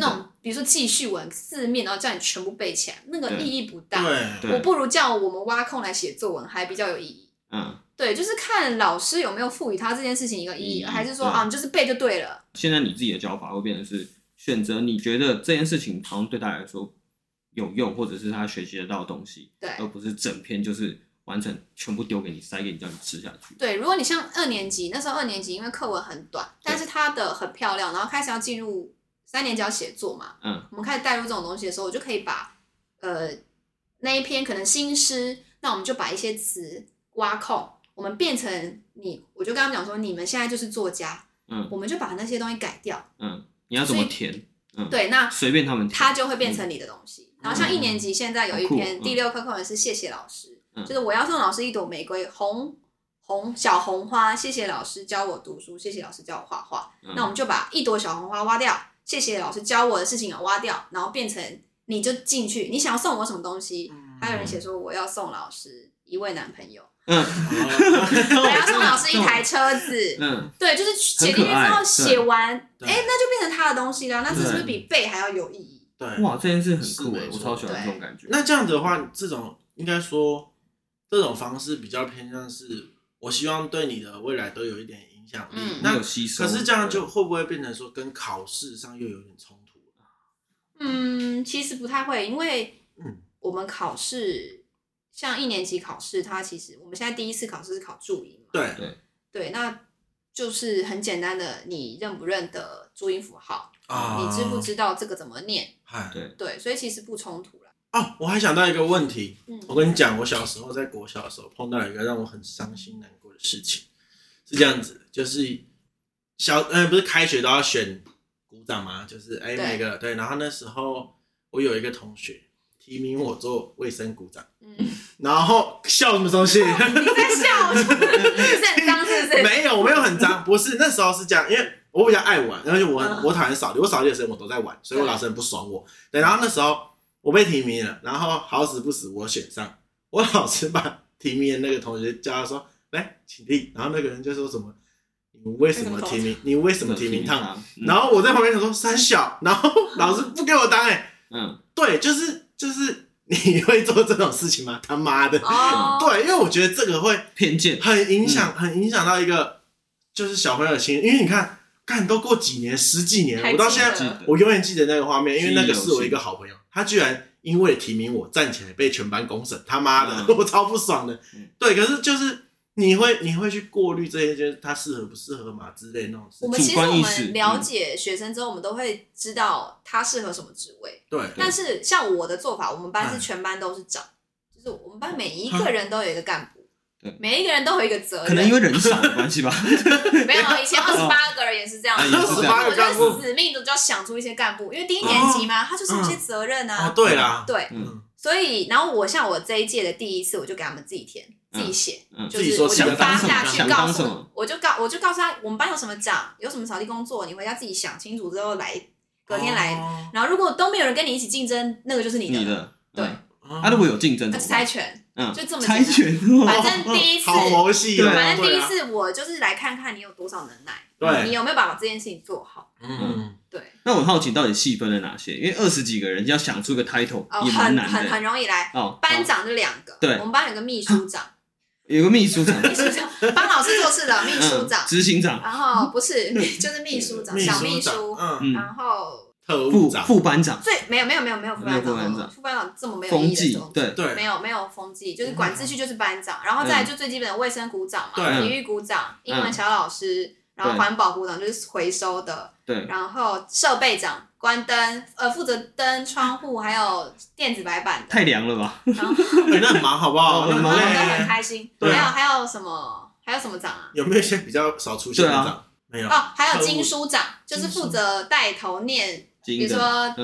比如说记叙文4面，然后叫你全部背起来，那个意义不大。 对， 我不如叫我们挖空来写作文，还比较有意义。对，就是看老师有没有赋予他这件事情一个意义，还是说你就是背就对了。 现在你自己的教法会变成是选择你觉得这件事情好像对他来说有用，或者是他学习得到的东西， 对， 而不是整篇就是完成全部丢给你塞给你叫你吃下去。 对，如果你像2年级那时候，2年级因为课文很短，但是它的很漂亮，然后开始要进入3年级要写作嘛，我们开始带入这种东西的时候，我就可以把那一篇可能新诗，那我们就把一些词挖空，我们变成我就跟他们讲说，你们现在就是作家，我们就把那些东西改掉， 你要怎么填？ 对，那随便他们填， 它就会变成你的东西。然后像1年级现在有一篇第6课课文是谢谢老师，就是我要送老师一朵玫瑰，小红花，谢谢老师教我读书，谢谢老师教我画画。那我们就把一朵小红花挖掉，谢谢老师教我的事情也挖掉，然后变成你就进去，你想要送我什么东西？还有人写说我要送老师一位男朋友。我要送老师一台车子，对，就是写进去之后写完，那就变成他的东西了。那这是不是比背还要有意义？ 对， 哇，这件事很酷我超喜欢这种感觉。 那这样子的话，这种应该说这种方式比较偏向是，我希望对你的未来都有一点影响力。 那有吸收， 可是这样就会不会变成说跟考试上又有点冲突？ 其实不太会，因为我们考试。像1年级考试，它其实我们现在第1次考试是考注音嘛？对，那就是很简单的，你认不认得注音符号？你知不知道这个怎么念？对，所以其实不冲突啦。 我还想到一个问题，我跟你讲，我小时候在国小的时候碰到一个让我很伤心难过的事情，是这样子，就是不是开学都要选股长嘛，就是每个对，然后那时候我有一个同学。提名我做卫生股长，然后笑什么东西？你在笑，是很脏是不是？ 没有，我没有很脏，不是，那时候是这样，因为我比较爱玩，而且我讨厌扫地，我扫地的时间我都在玩，所以我老师很不爽我。对，然后那时候我被提名了，然后好死不死我选上，我老师把提名的那个同学叫他说来请立，然后那个人就说什么。你为什么提名？你为什么提名他？然后我在旁边想说三小，然后老师不给我当对，就是你会做这种事情吗？他妈的！对，因为我觉得这个会偏见， 很影响到一个就是小朋友的心，因为你看都过几年10几年，我到现在我永远记得那个画面，因为那个是我一个好朋友，他居然因为提名我站起来被全班公审，他妈的，我超不爽的。对，可是就是你会去过滤这些，就是他适合不适合嘛之类的那种事情。 其实我们了解学生之后，我们都会知道他适合什么职位。 对。 但是像我的做法，我们班是全班都是长，就是我们班每一个人都有一个干部，每一个人都有一个责任。 可能因为人少的关系吧。 没有，以前28个人也是这样子。 28个干部， 我就死命的就要想出一些干部，因为第1年级嘛，他就是有些责任啊。 对啦。 对。所以，然后我这一届的第1次，我就给他们自己填。自己写，就是我就发下去告诉，我就告诉他，我们班有什么长，有什么扫地工作，你回家自己想清楚之后隔天来，然后如果都没有人跟你一起竞争，那个就是你的，对。 如果有竞争， 猜拳，就这么猜拳， 反正第1次， 好佛系， 反正第1次我就是来看看你有多少能耐，对，你有没有把这件事情做好，对。 那我好奇到底细分了哪些？因为20几个人要想出个 title 也蛮难的， 很容易来。班长就2个，对，我们班有个秘书长。 有个秘书长， 帮老师做事的秘书长， 执行长， 然后不是就是秘书长，小秘书，然后特务长、 副班长， 没有副班长，副班长这么没有意义的东西， 对， 没有风纪，就是管秩序就是班长，然后再来就最基本的卫生股长嘛，体育股长，英文小老师，然后环保股长就是回收的，对，然后设备长。关灯，负责灯、窗户，还有电子白板的。 太凉了吧？ 然后那很忙，好不好？ 很忙，都很开心。还有什么长啊？ 有没有一些比较少出现的长？没有。 还有经书长，就是负责带头念，比如说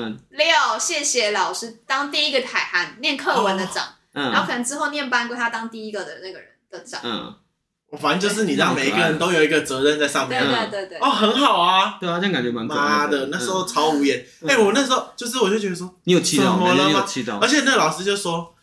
6，谢谢老师，当第一个喊念课文的长，然后可能之后念班规，他当第一个的那个人的长。 反正就是你让每一个人都有一个责任在上面。 对。 很好啊。 对啊，这样感觉蛮可爱的。 妈的，那时候超无言。我那时候我就觉得说， 你有气到， 怎么了吗？ 而且那个老师就说，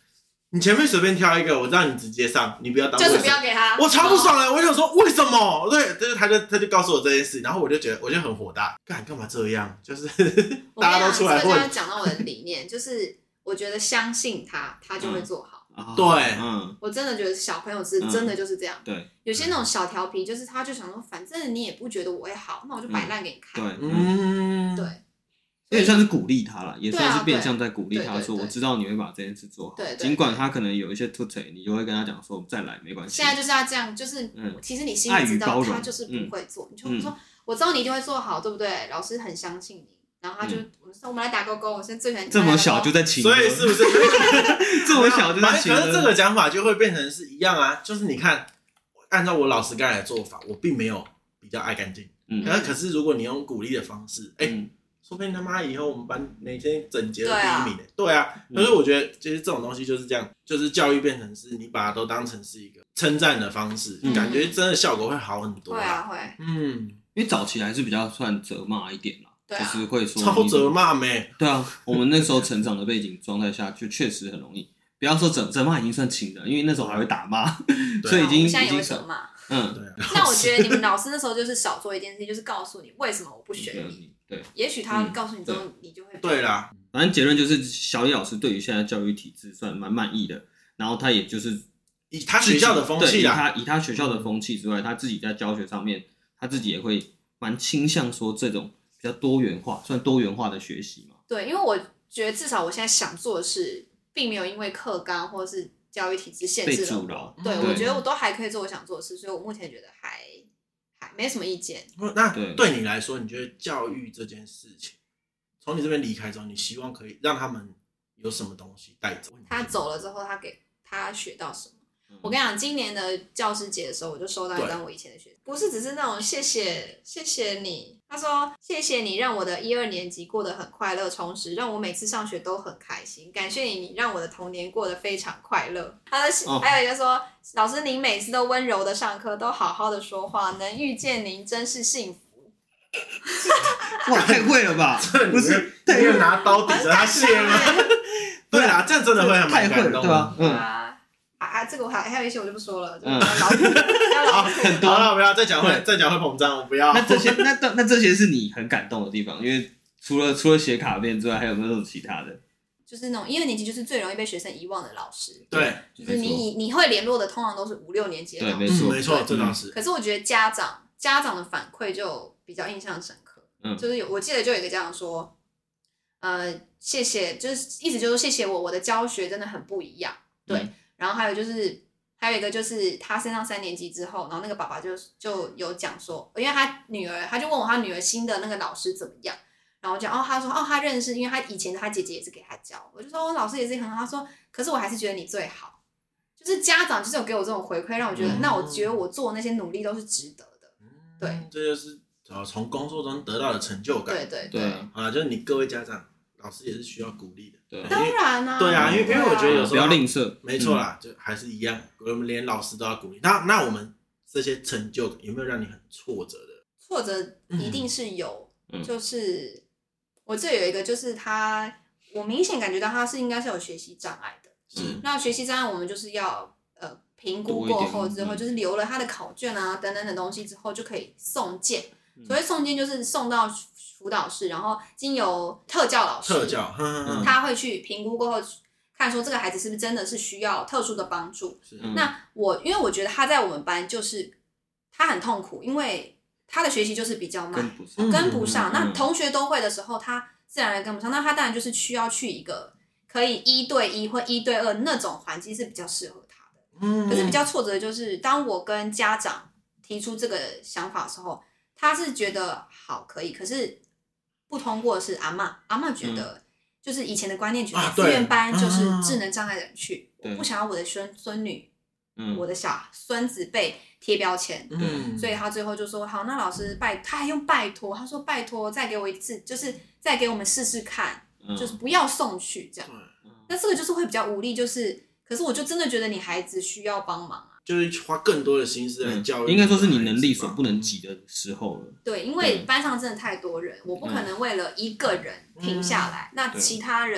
你前面随便挑一个，我知道你直接上，你不要当就是不要给他。 我超不爽的，我想说为什么？对，就是他就告诉我这件事，然后我就觉得我就很火大，干嘛这样？就是大家都出来混。 我刚讲到我的理念，就是我觉得相信他，他就会做好。 对， 我真的觉得小朋友是真的就是这样。 对， 有些那种小调皮，就是他就想说，反正你也不觉得我会好，那我就摆烂给你看。 对， 对。 有点像是鼓励他啦，也算是变相在鼓励他说，我知道你会把这件事做好，尽管他可能有一些突腿，你就会跟他讲说再来没关系。 现在就是要这样，就是其实你心里知道他就是不会做，你就说我知道你一定会做好，对不对？老师很相信你，然后他就我们来打勾勾，我现在最喜欢这么小就在请， 所以是不是这么小就在请？ 可是这个讲法就会变成是一样啊，就是你看，按照我老师刚才的做法，我并没有比较爱干净，可是如果你用鼓励的方式，说不定他妈以后我们班哪天整节的第一名对啊，可是我觉得其实这种东西就是这样，就是教育变成是你把它都当成是一个称赞的方式，感觉真的效果会好很多。 会啊会， 因为早期还是比较算责骂一点啦，就是会说超责骂咩？ 对啊，我们那时候成长的背景状态下，就确实很容易。不要说责骂已经算轻的，因为那时候还会打骂，所以已经现在也会责骂。 对啊。 那我觉得你们老师那时候就是少做一件事情，就是告诉你为什么我不选你。 对， 也许他告诉你之后，你就会对啦。 反正结论就是，小李老师对于现在教育体制算蛮满意的。然后他也就是以他学校的风气啦， 以他学校的风气之外，他自己在教学上面，他自己也会蛮倾向说这种比较多元化，算多元化的学习嘛。 对，因为我觉得至少我现在想做的事，并没有因为课纲或者是教育体制限制了我。对，我觉得我都还可以做我想做的事，所以我目前觉得还没什么意见。 那对你来说，你觉得教育这件事情，从你这边离开之后，你希望可以让他们有什么东西带走？ 他走了之后，他学到什么？我跟你讲，今年的教师节的时候，我就收到一张我以前的学生，不是只是那种谢谢你，他说谢谢你让我的1、2年级过得很快乐充实，让我每次上学都很开心，感谢你让我的童年过得非常快乐。还有一个说，老师您每次都温柔的上课，都好好的说话，能遇见您真是幸福。 哇，太会了吧？ 不是，你有拿刀抵着他血吗？对啦，这样真的会很太会了，对吧？ 这个我还有一些我就不说了， 很多了，不要再讲会膨胀，我不要。 那这些是你很感动的地方，因为除了写卡片之外，还有没有其他的？ 就是那种1、2年级就是最容易被学生遗忘的老师， 对， 就是你会联络的，通常都是5、6年级的老师， 对， 没错，这倒是。 可是我觉得家长的反馈就比较印象深刻，就是我记得就有一个家长说，谢谢，就是意思就是谢谢我的教学真的很不一样，对。然后还有一个就是他升上3年级之后，然后那个爸爸就有讲说，因为他就问我他女儿新的那个老师怎么样，然后他说他认识，因为他以前他姐姐也是给他教，我就说老师也是很好，他说可是我还是觉得你最好，就是家长就是有给我这种回馈，让我觉得那我觉得我做那些努力都是值得的，对， 这就是从工作中得到的成就感， 对啊，就是你各位家长。老师也是需要鼓励的， 对，当然啊， 对啊，因为我觉得有时候不要吝啬， 没错啦，就还是一样，我们连老师都要鼓励。那我们这些成就有没有让你很挫折的？ 挫折一定是有，就是我这有一个，就是我明显感觉到他应该是有学习障碍的，那学习障碍我们就是要评估过后之后，就是留了他的考卷啊等等的东西之后，就可以送件。所谓送件就是送到辅导室，然后经由特教老师，他会去评估过后，看说这个孩子是不是真的是需要特殊的帮助。那因为我觉得他在我们班就是他很痛苦，因为他的学习就是比较慢，跟不上。那同学都会的时候，他自然而然跟不上。那他当然就是需要去一个可以1对1或1对2那种环境是比较适合他的。可是比较挫折的就是，当我跟家长提出这个想法的时候，他是觉得好可以，可是不通过的是阿嬷觉得，就是以前的观念觉得资源班就是智能障碍的人去，我不想要我的孙女，我的小孙子被贴标签，所以他最后就说好，那老师他还用拜托，他说拜托再给我一次，就是再给我们试试看，就是不要送去这样。那这个就是会比较无力，可是我就真的觉得你孩子需要帮忙啊。 就是花更多的心思来教育， 应该说是你能力所不能及的时候了。 对，因为班上真的太多人，我不可能为了一个人停下来，那其他人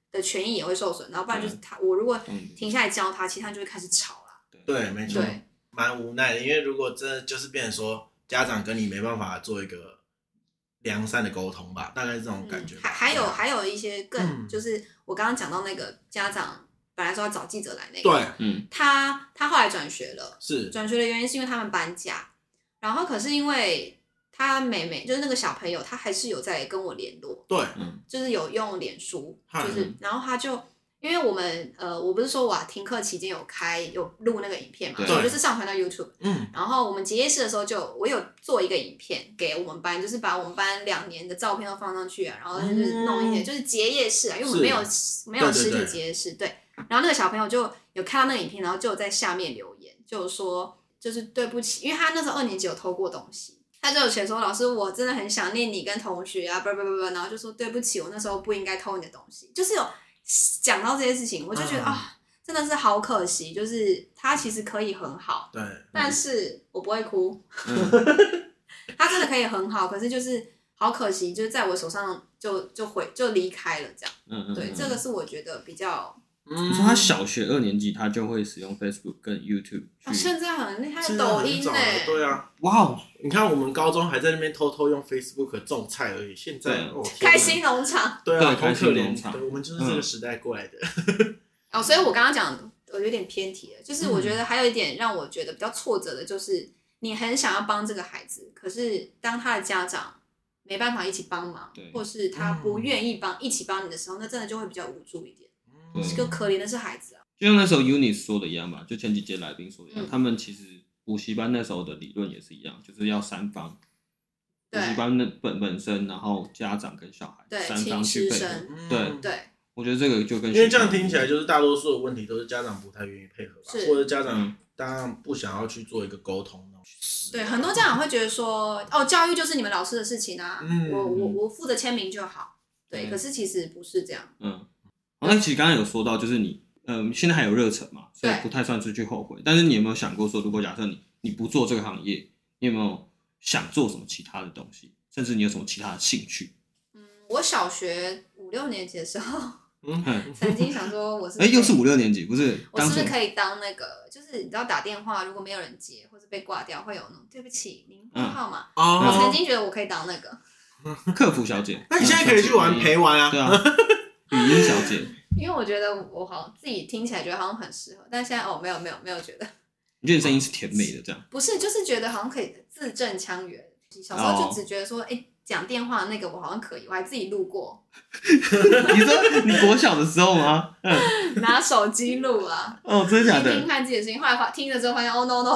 的权益也会受损，然后不然就是我如果停下来教他，其他人就会开始吵了。 对，没错，蛮无奈的，因为如果真的就是变成说家长跟你没办法做一个良善的沟通吧，大概是这种感觉。 还有一些更就是我刚刚讲到那个家长本来说要找记者来那个， 对，他后来转学了， 是转学的原因是因为他们搬家，然后可是因为他妹妹就是那个小朋友，他还是有在跟我联络， 对， 就是有用脸书，就是然后他就。因为我们我不是说我停课期间有录那个影片嘛，我就是上传到 YouTube，然后我们结业式的时候我有做一个影片给我们班，就是把我们班2年的照片都放上去啊，然后就是弄一些就是结业式啊，因为我们没有实体结业式，对，然后那个小朋友就有看到那个影片，然后就在下面留言，就说就是对不起，因为他那时候2年级有偷过东西。他就有写说，老师，我真的很想念你跟同学啊，然后就说对不起，我那时候不应该偷你的东西，就是有讲到这些事情，我就觉得真的是好可惜，就是他其实可以很好， 对， 但是我不会哭，他真的可以很好，可是就是好可惜，就是在我手上就离开了这样，对，这个是我觉得比较。 你说他小学2年级他就会使用 Facebook 跟 YouTube， 现在很厉害，抖音呢？ 对啊， 哇哦！ 你看我们高中还在那边偷偷用 Facebook 种菜而已，现在开心农场， 对啊， 开心农场， 对，我们就是这个时代过来的。 所以我刚刚讲，我有点偏题了，就是我觉得还有一点让我觉得比较挫折的，就是你很想要帮这个孩子，可是当他的家长没办法一起帮忙，或是他不愿意一起帮你的时候，那真的就会比较无助一点。这个可怜的是孩子啊， 就像那时候 Eunice 说的一样吧，就前几节来宾说的一样，他们其实补习班那时候的理论也是一样，就是要3方，补习班的本身，然后家长跟小孩3方去配合。对，我觉得这个就跟因为这样听起来就是大多数的问题都是家长不太愿意配合吧，或者家长当然不想要去做一个沟通。 对，很多家长会觉得说，教育就是你们老师的事情啊，我负责签名就好。对，可是其实不是这样。 那其实刚刚有说到，就是你现在还有热忱嘛，所以不太算是去后悔。但是你有没有想过说，如果假设你不做这个行业，你有没有想做什么其他的东西，甚至你有什么其他的兴趣？ 我小学5、6年级的时候，曾经想说我是又是5、6年级，不是？ 我是不是可以当那个，就是你知道打电话如果没有人接或是被挂掉，会有那种对不起您号码。我曾经觉得我可以当那个客服小姐。 那你现在可以去陪玩啊？ 对啊。语音小姐， 因为我觉得我好像自己听起来觉得好像很适合，但现在没有觉得。 你觉得你声音是甜美的这样？ 不是，就是觉得好像可以字正腔圆。小时候就只觉得说，讲电话那个我好像可以，我还自己录过。 你说你国小的时候吗？ 拿手机录啊。 真的假的？ 听看自己的声音，后来听了之后发现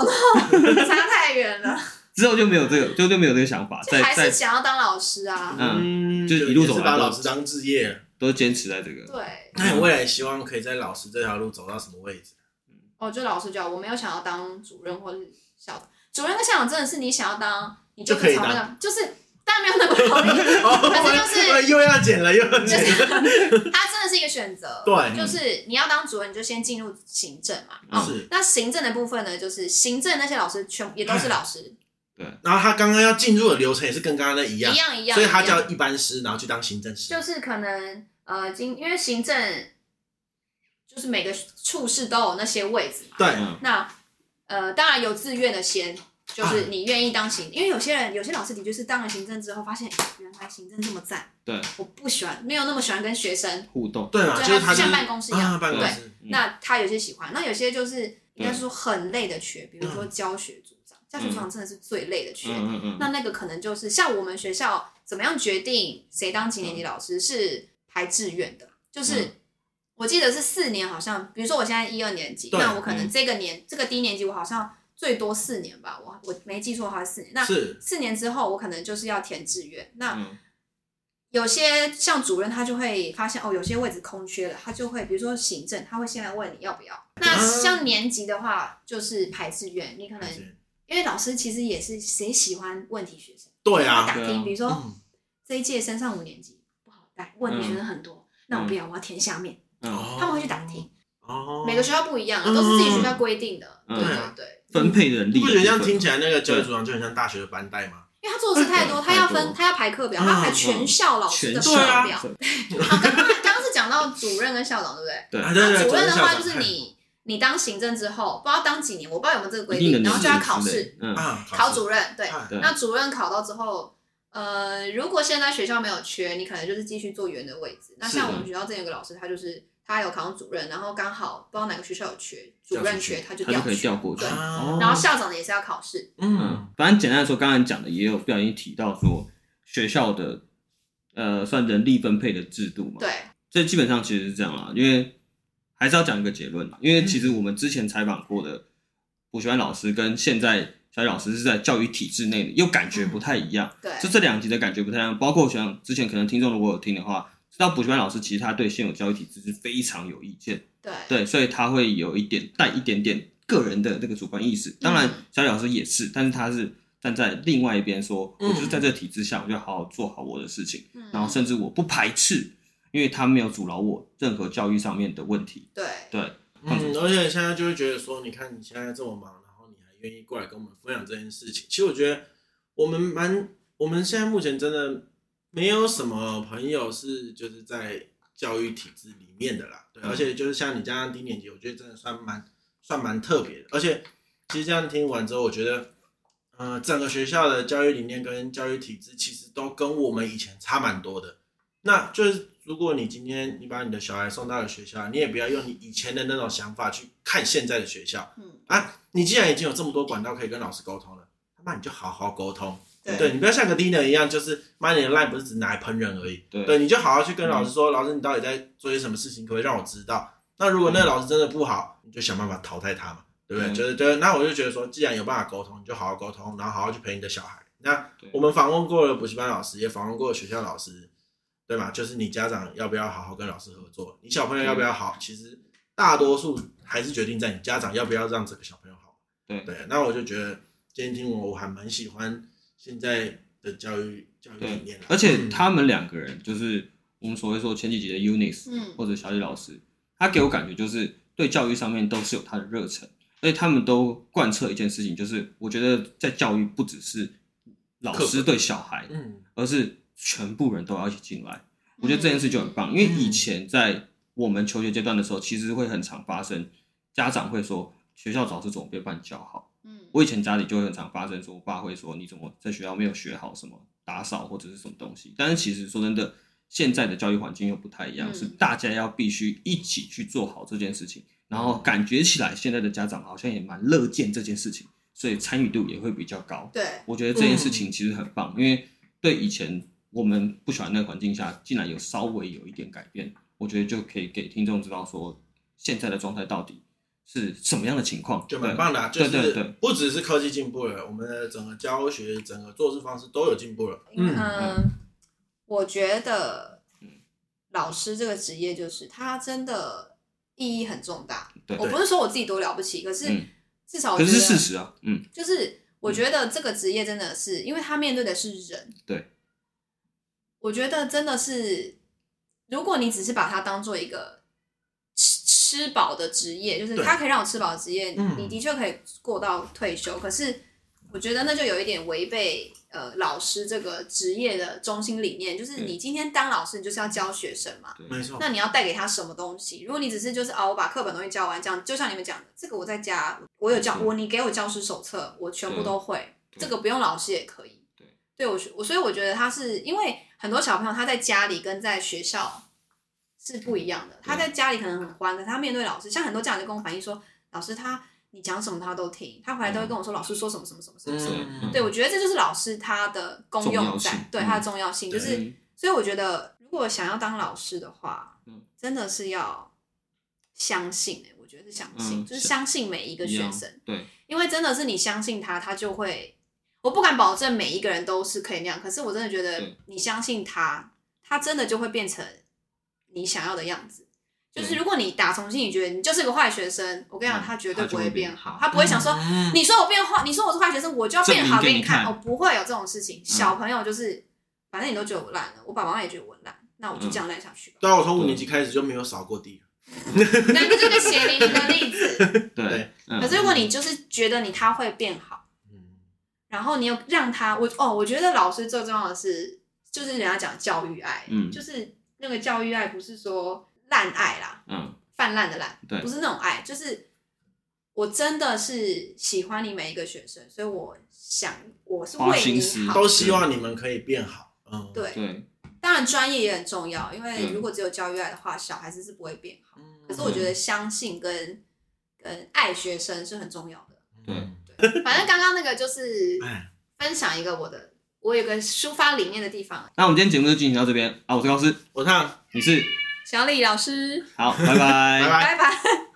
no， 差太远了。 之后就没有这个，就没有这个想法， 就还是想要当老师啊。 就是一路走来把老师当职业。 都坚持在这个。 对。 那你未来希望可以在老师这条路走到什么位置？ 就老师教，我没有想要当主任或者是校长。主任跟校长真的是你想要当，你就可以当，就是当然没有那么容易，可是就是又要剪了。它真的是一个选择。 对， 就是你要当主任，你就先进入行政嘛。那行政的部分呢，就是行政那些老师也都是老师。 对， 然后他刚刚要进入的流程也是跟刚刚的一样，所以他叫一般师，然后去当行政师。 就是可能因为行政就是每个处室都有那些位置嘛。 对。 那当然有自愿的先，就是你愿意当因为有些老师的确是当了行政之后发现，原来行政这么赞。 对。 我不喜欢，没有那么喜欢跟学生互动。 对嘛，就是他像办公室一样。 办公室。 对。那他有些喜欢，那有些就是应该说很累的缺，比如说教学组长。教学组长真的是最累的缺。那个可能就是像我们学校怎么样决定谁当几年级老师是排志愿的，就是我记得是4年，好像比如说我现在1、2年级，那我可能这个低年级我好像最多4年吧，我没记错的话是4年。那4年之后我可能就是要填志愿。那有些像主任他就会发现有些位置空缺了，他就会比如说行政他会先来问你要不要。那像年级的话就是排志愿，你可能因为老师其实也是谁喜欢问题学生。 对啊。 打听，比如说这一届升上5年级不好带，问题学生很多，那我不要，我要填下面。他们会去打听。每个学校不一样，都是自己学校规定的。对。 分配人力。 不觉得这样听起来那个教育组长就很像大学的班带吗？ 因为他做的事太多，他要排课表，他要排全校老师的课表。刚刚是讲到到主任跟校长，对不对？ 对。 那主任的话就是你当行政之后，不知道当几年，我不知道有没有这个规定，然后就要考试，考主任。对，那主任考到之后，如果现在学校没有缺，你可能就是继续做原的位置。那像我们学校之前有个老师，他有考上主任，然后刚好不知道哪个学校有缺，主任缺，他就可以调过去。 然后校长的也是要考试。 反正简单的说，刚才讲的也有不小心提到说学校的算人力分配的制度嘛。 对， 这基本上其实是这样啦，因为还是要讲一个结论啦，因为其实我们之前采访过的补习班老师跟现在小雨老师是在教育体制内的，又感觉不太一样。 对， 就这2集的感觉不太一样，包括像之前可能听众如果有听的话，知道补习班老师其实他对现有教育体制是非常有意见。对，所以他会有带一点点个人的这个主观意识。当然小雨老师也是，但是他是站在另外一边说，我就是在这个体制下，我就好好做好我的事情，然后甚至我不排斥，因为他没有阻挠我任何教育上面的问题。对， 而且现在就会觉得说，你看你现在这么忙，然后你还愿意过来跟我们分享这件事情，其实我觉得我们现在目前真的没有什么朋友是就是在教育体制里面的啦，对，而且就是像你这样低年级，我觉得真的算蛮特别的，而且其实这样听完之后，我觉得整个学校的教育理念跟教育体制其实都跟我们以前差蛮多的。那就是如果你今天你把你的小孩送到了学校，你也不要用你以前的那种想法去看现在的学校。你既然已经有这么多管道可以跟老师沟通了，那你就好好沟通。对，你不要像个低能一样，就是妈你的 line 不是只拿来喷人而已。对，你就好好去跟老师说，老师你到底在做些什么事情，可不可以让我知道？那如果那个老师真的不好，你就想办法淘汰他嘛，对不对？对，那我就觉得说，既然有办法沟通，你就好好沟通，然后好好去陪你的小孩。那我们访问过了补习班老师，也访问过了学校老师，对吧？就是你家长要不要好好跟老师合作，你小朋友要不要好，其实大多数还是决定在你家长要不要让这个小朋友好。对，那我就觉得今天听我还蛮喜欢现在的教育理念， 而且他们2个人就是我们所谓说前几集的 Eunice 或者小雨老师，他给我感觉就是对教育上面都是有他的热忱，而且他们都贯彻一件事情，就是我觉得在教育不只是老师对小孩，而是全部人都要一起进来。我觉得这件事就很棒，因为以前在我们求学阶段的时候，其实会很常发生，家长会说学校老师怎么没有帮你教好。我以前家里就会很常发生说，我爸会说你怎么在学校没有学好什么打扫或者是什么东西。但是其实说真的，现在的教育环境又不太一样，是大家要必须一起去做好这件事情，然后感觉起来现在的家长好像也蛮乐见这件事情，所以参与度也会比较高。 对， 我觉得这件事情其实很棒，因为对以前我们不喜欢那个环境下，竟然有稍微有一点改变，我觉得就可以给听众知道说现在的状态到底是什么样的情况， 就蛮棒的啊。就是不只是科技进步了，我们的整个教学、整个做事方式都有进步了。 我觉得老师这个职业就是他真的意义很重大。我不是说我自己多了不起，可是至少我觉得可是事实啊， 就是我觉得这个职业真的是，因为他面对的是人。 对， 我觉得真的是，如果你只是把它当做一个吃饱的职业，就是它可以让我吃饱的职业，你的确可以过到退休。可是我觉得那就有一点违背老师这个职业的中心理念，就是你今天当老师，你就是要教学生嘛， 没错。 那你要带给他什么东西？如果你只是就是我把课本东西教完，这样就像你们讲的，这个我在家我有教你给我教师手册，我全部都会，这个不用老师也可以。对，所以我觉得他是因为很多小朋友他在家里跟在学校是不一样的，他在家里可能很欢，可是他面对老师，像很多家长就跟我反映说，老师你讲什么他都听，他回来都会跟我说老师说什么什么什么什么什么。对，我觉得这就是老师他的功用在，对他的重要性，就是所以我觉得如果想要当老师的话，真的是要相信我觉得是相信，就是相信每一个学生， 对， 因为真的是你相信他就会。我不敢保证每一个人都是可以那样，可是我真的觉得你相信他真的就会变成你想要的样子。就是如果你打从心里觉得你就是个坏学生，我跟你讲，他绝对不会变好，他不会想说你说我变坏，你说我是坏学生，我就要变好给你看。不会有这种事情。小朋友就是反正你都觉得我烂了，我爸爸妈妈也觉得我烂，那我就这样烂下去吧。 对啊，我从5年级开始就没有扫过地。 那这个血淋淋的例子。 对， 可是如果你就是觉得他会变好。然后你又让他，我觉得老师最重要的是，就是人家讲教育爱，就是那个教育爱不是说滥爱啦，泛滥的滥，不是那种爱，就是我真的是喜欢你每一个学生，所以我是为你好， 都希望你们可以变好。 对，当然专业也很重要，因为如果只有教育爱的话，小孩子是不会变好。可是我觉得相信跟爱学生是很重要的。对，反正刚刚那个就是分享一个我有个抒发理念的地方。 那我们今天节目就进行到这边啊，我是高斯， 我是你是小李老师， 好，拜拜， 拜拜。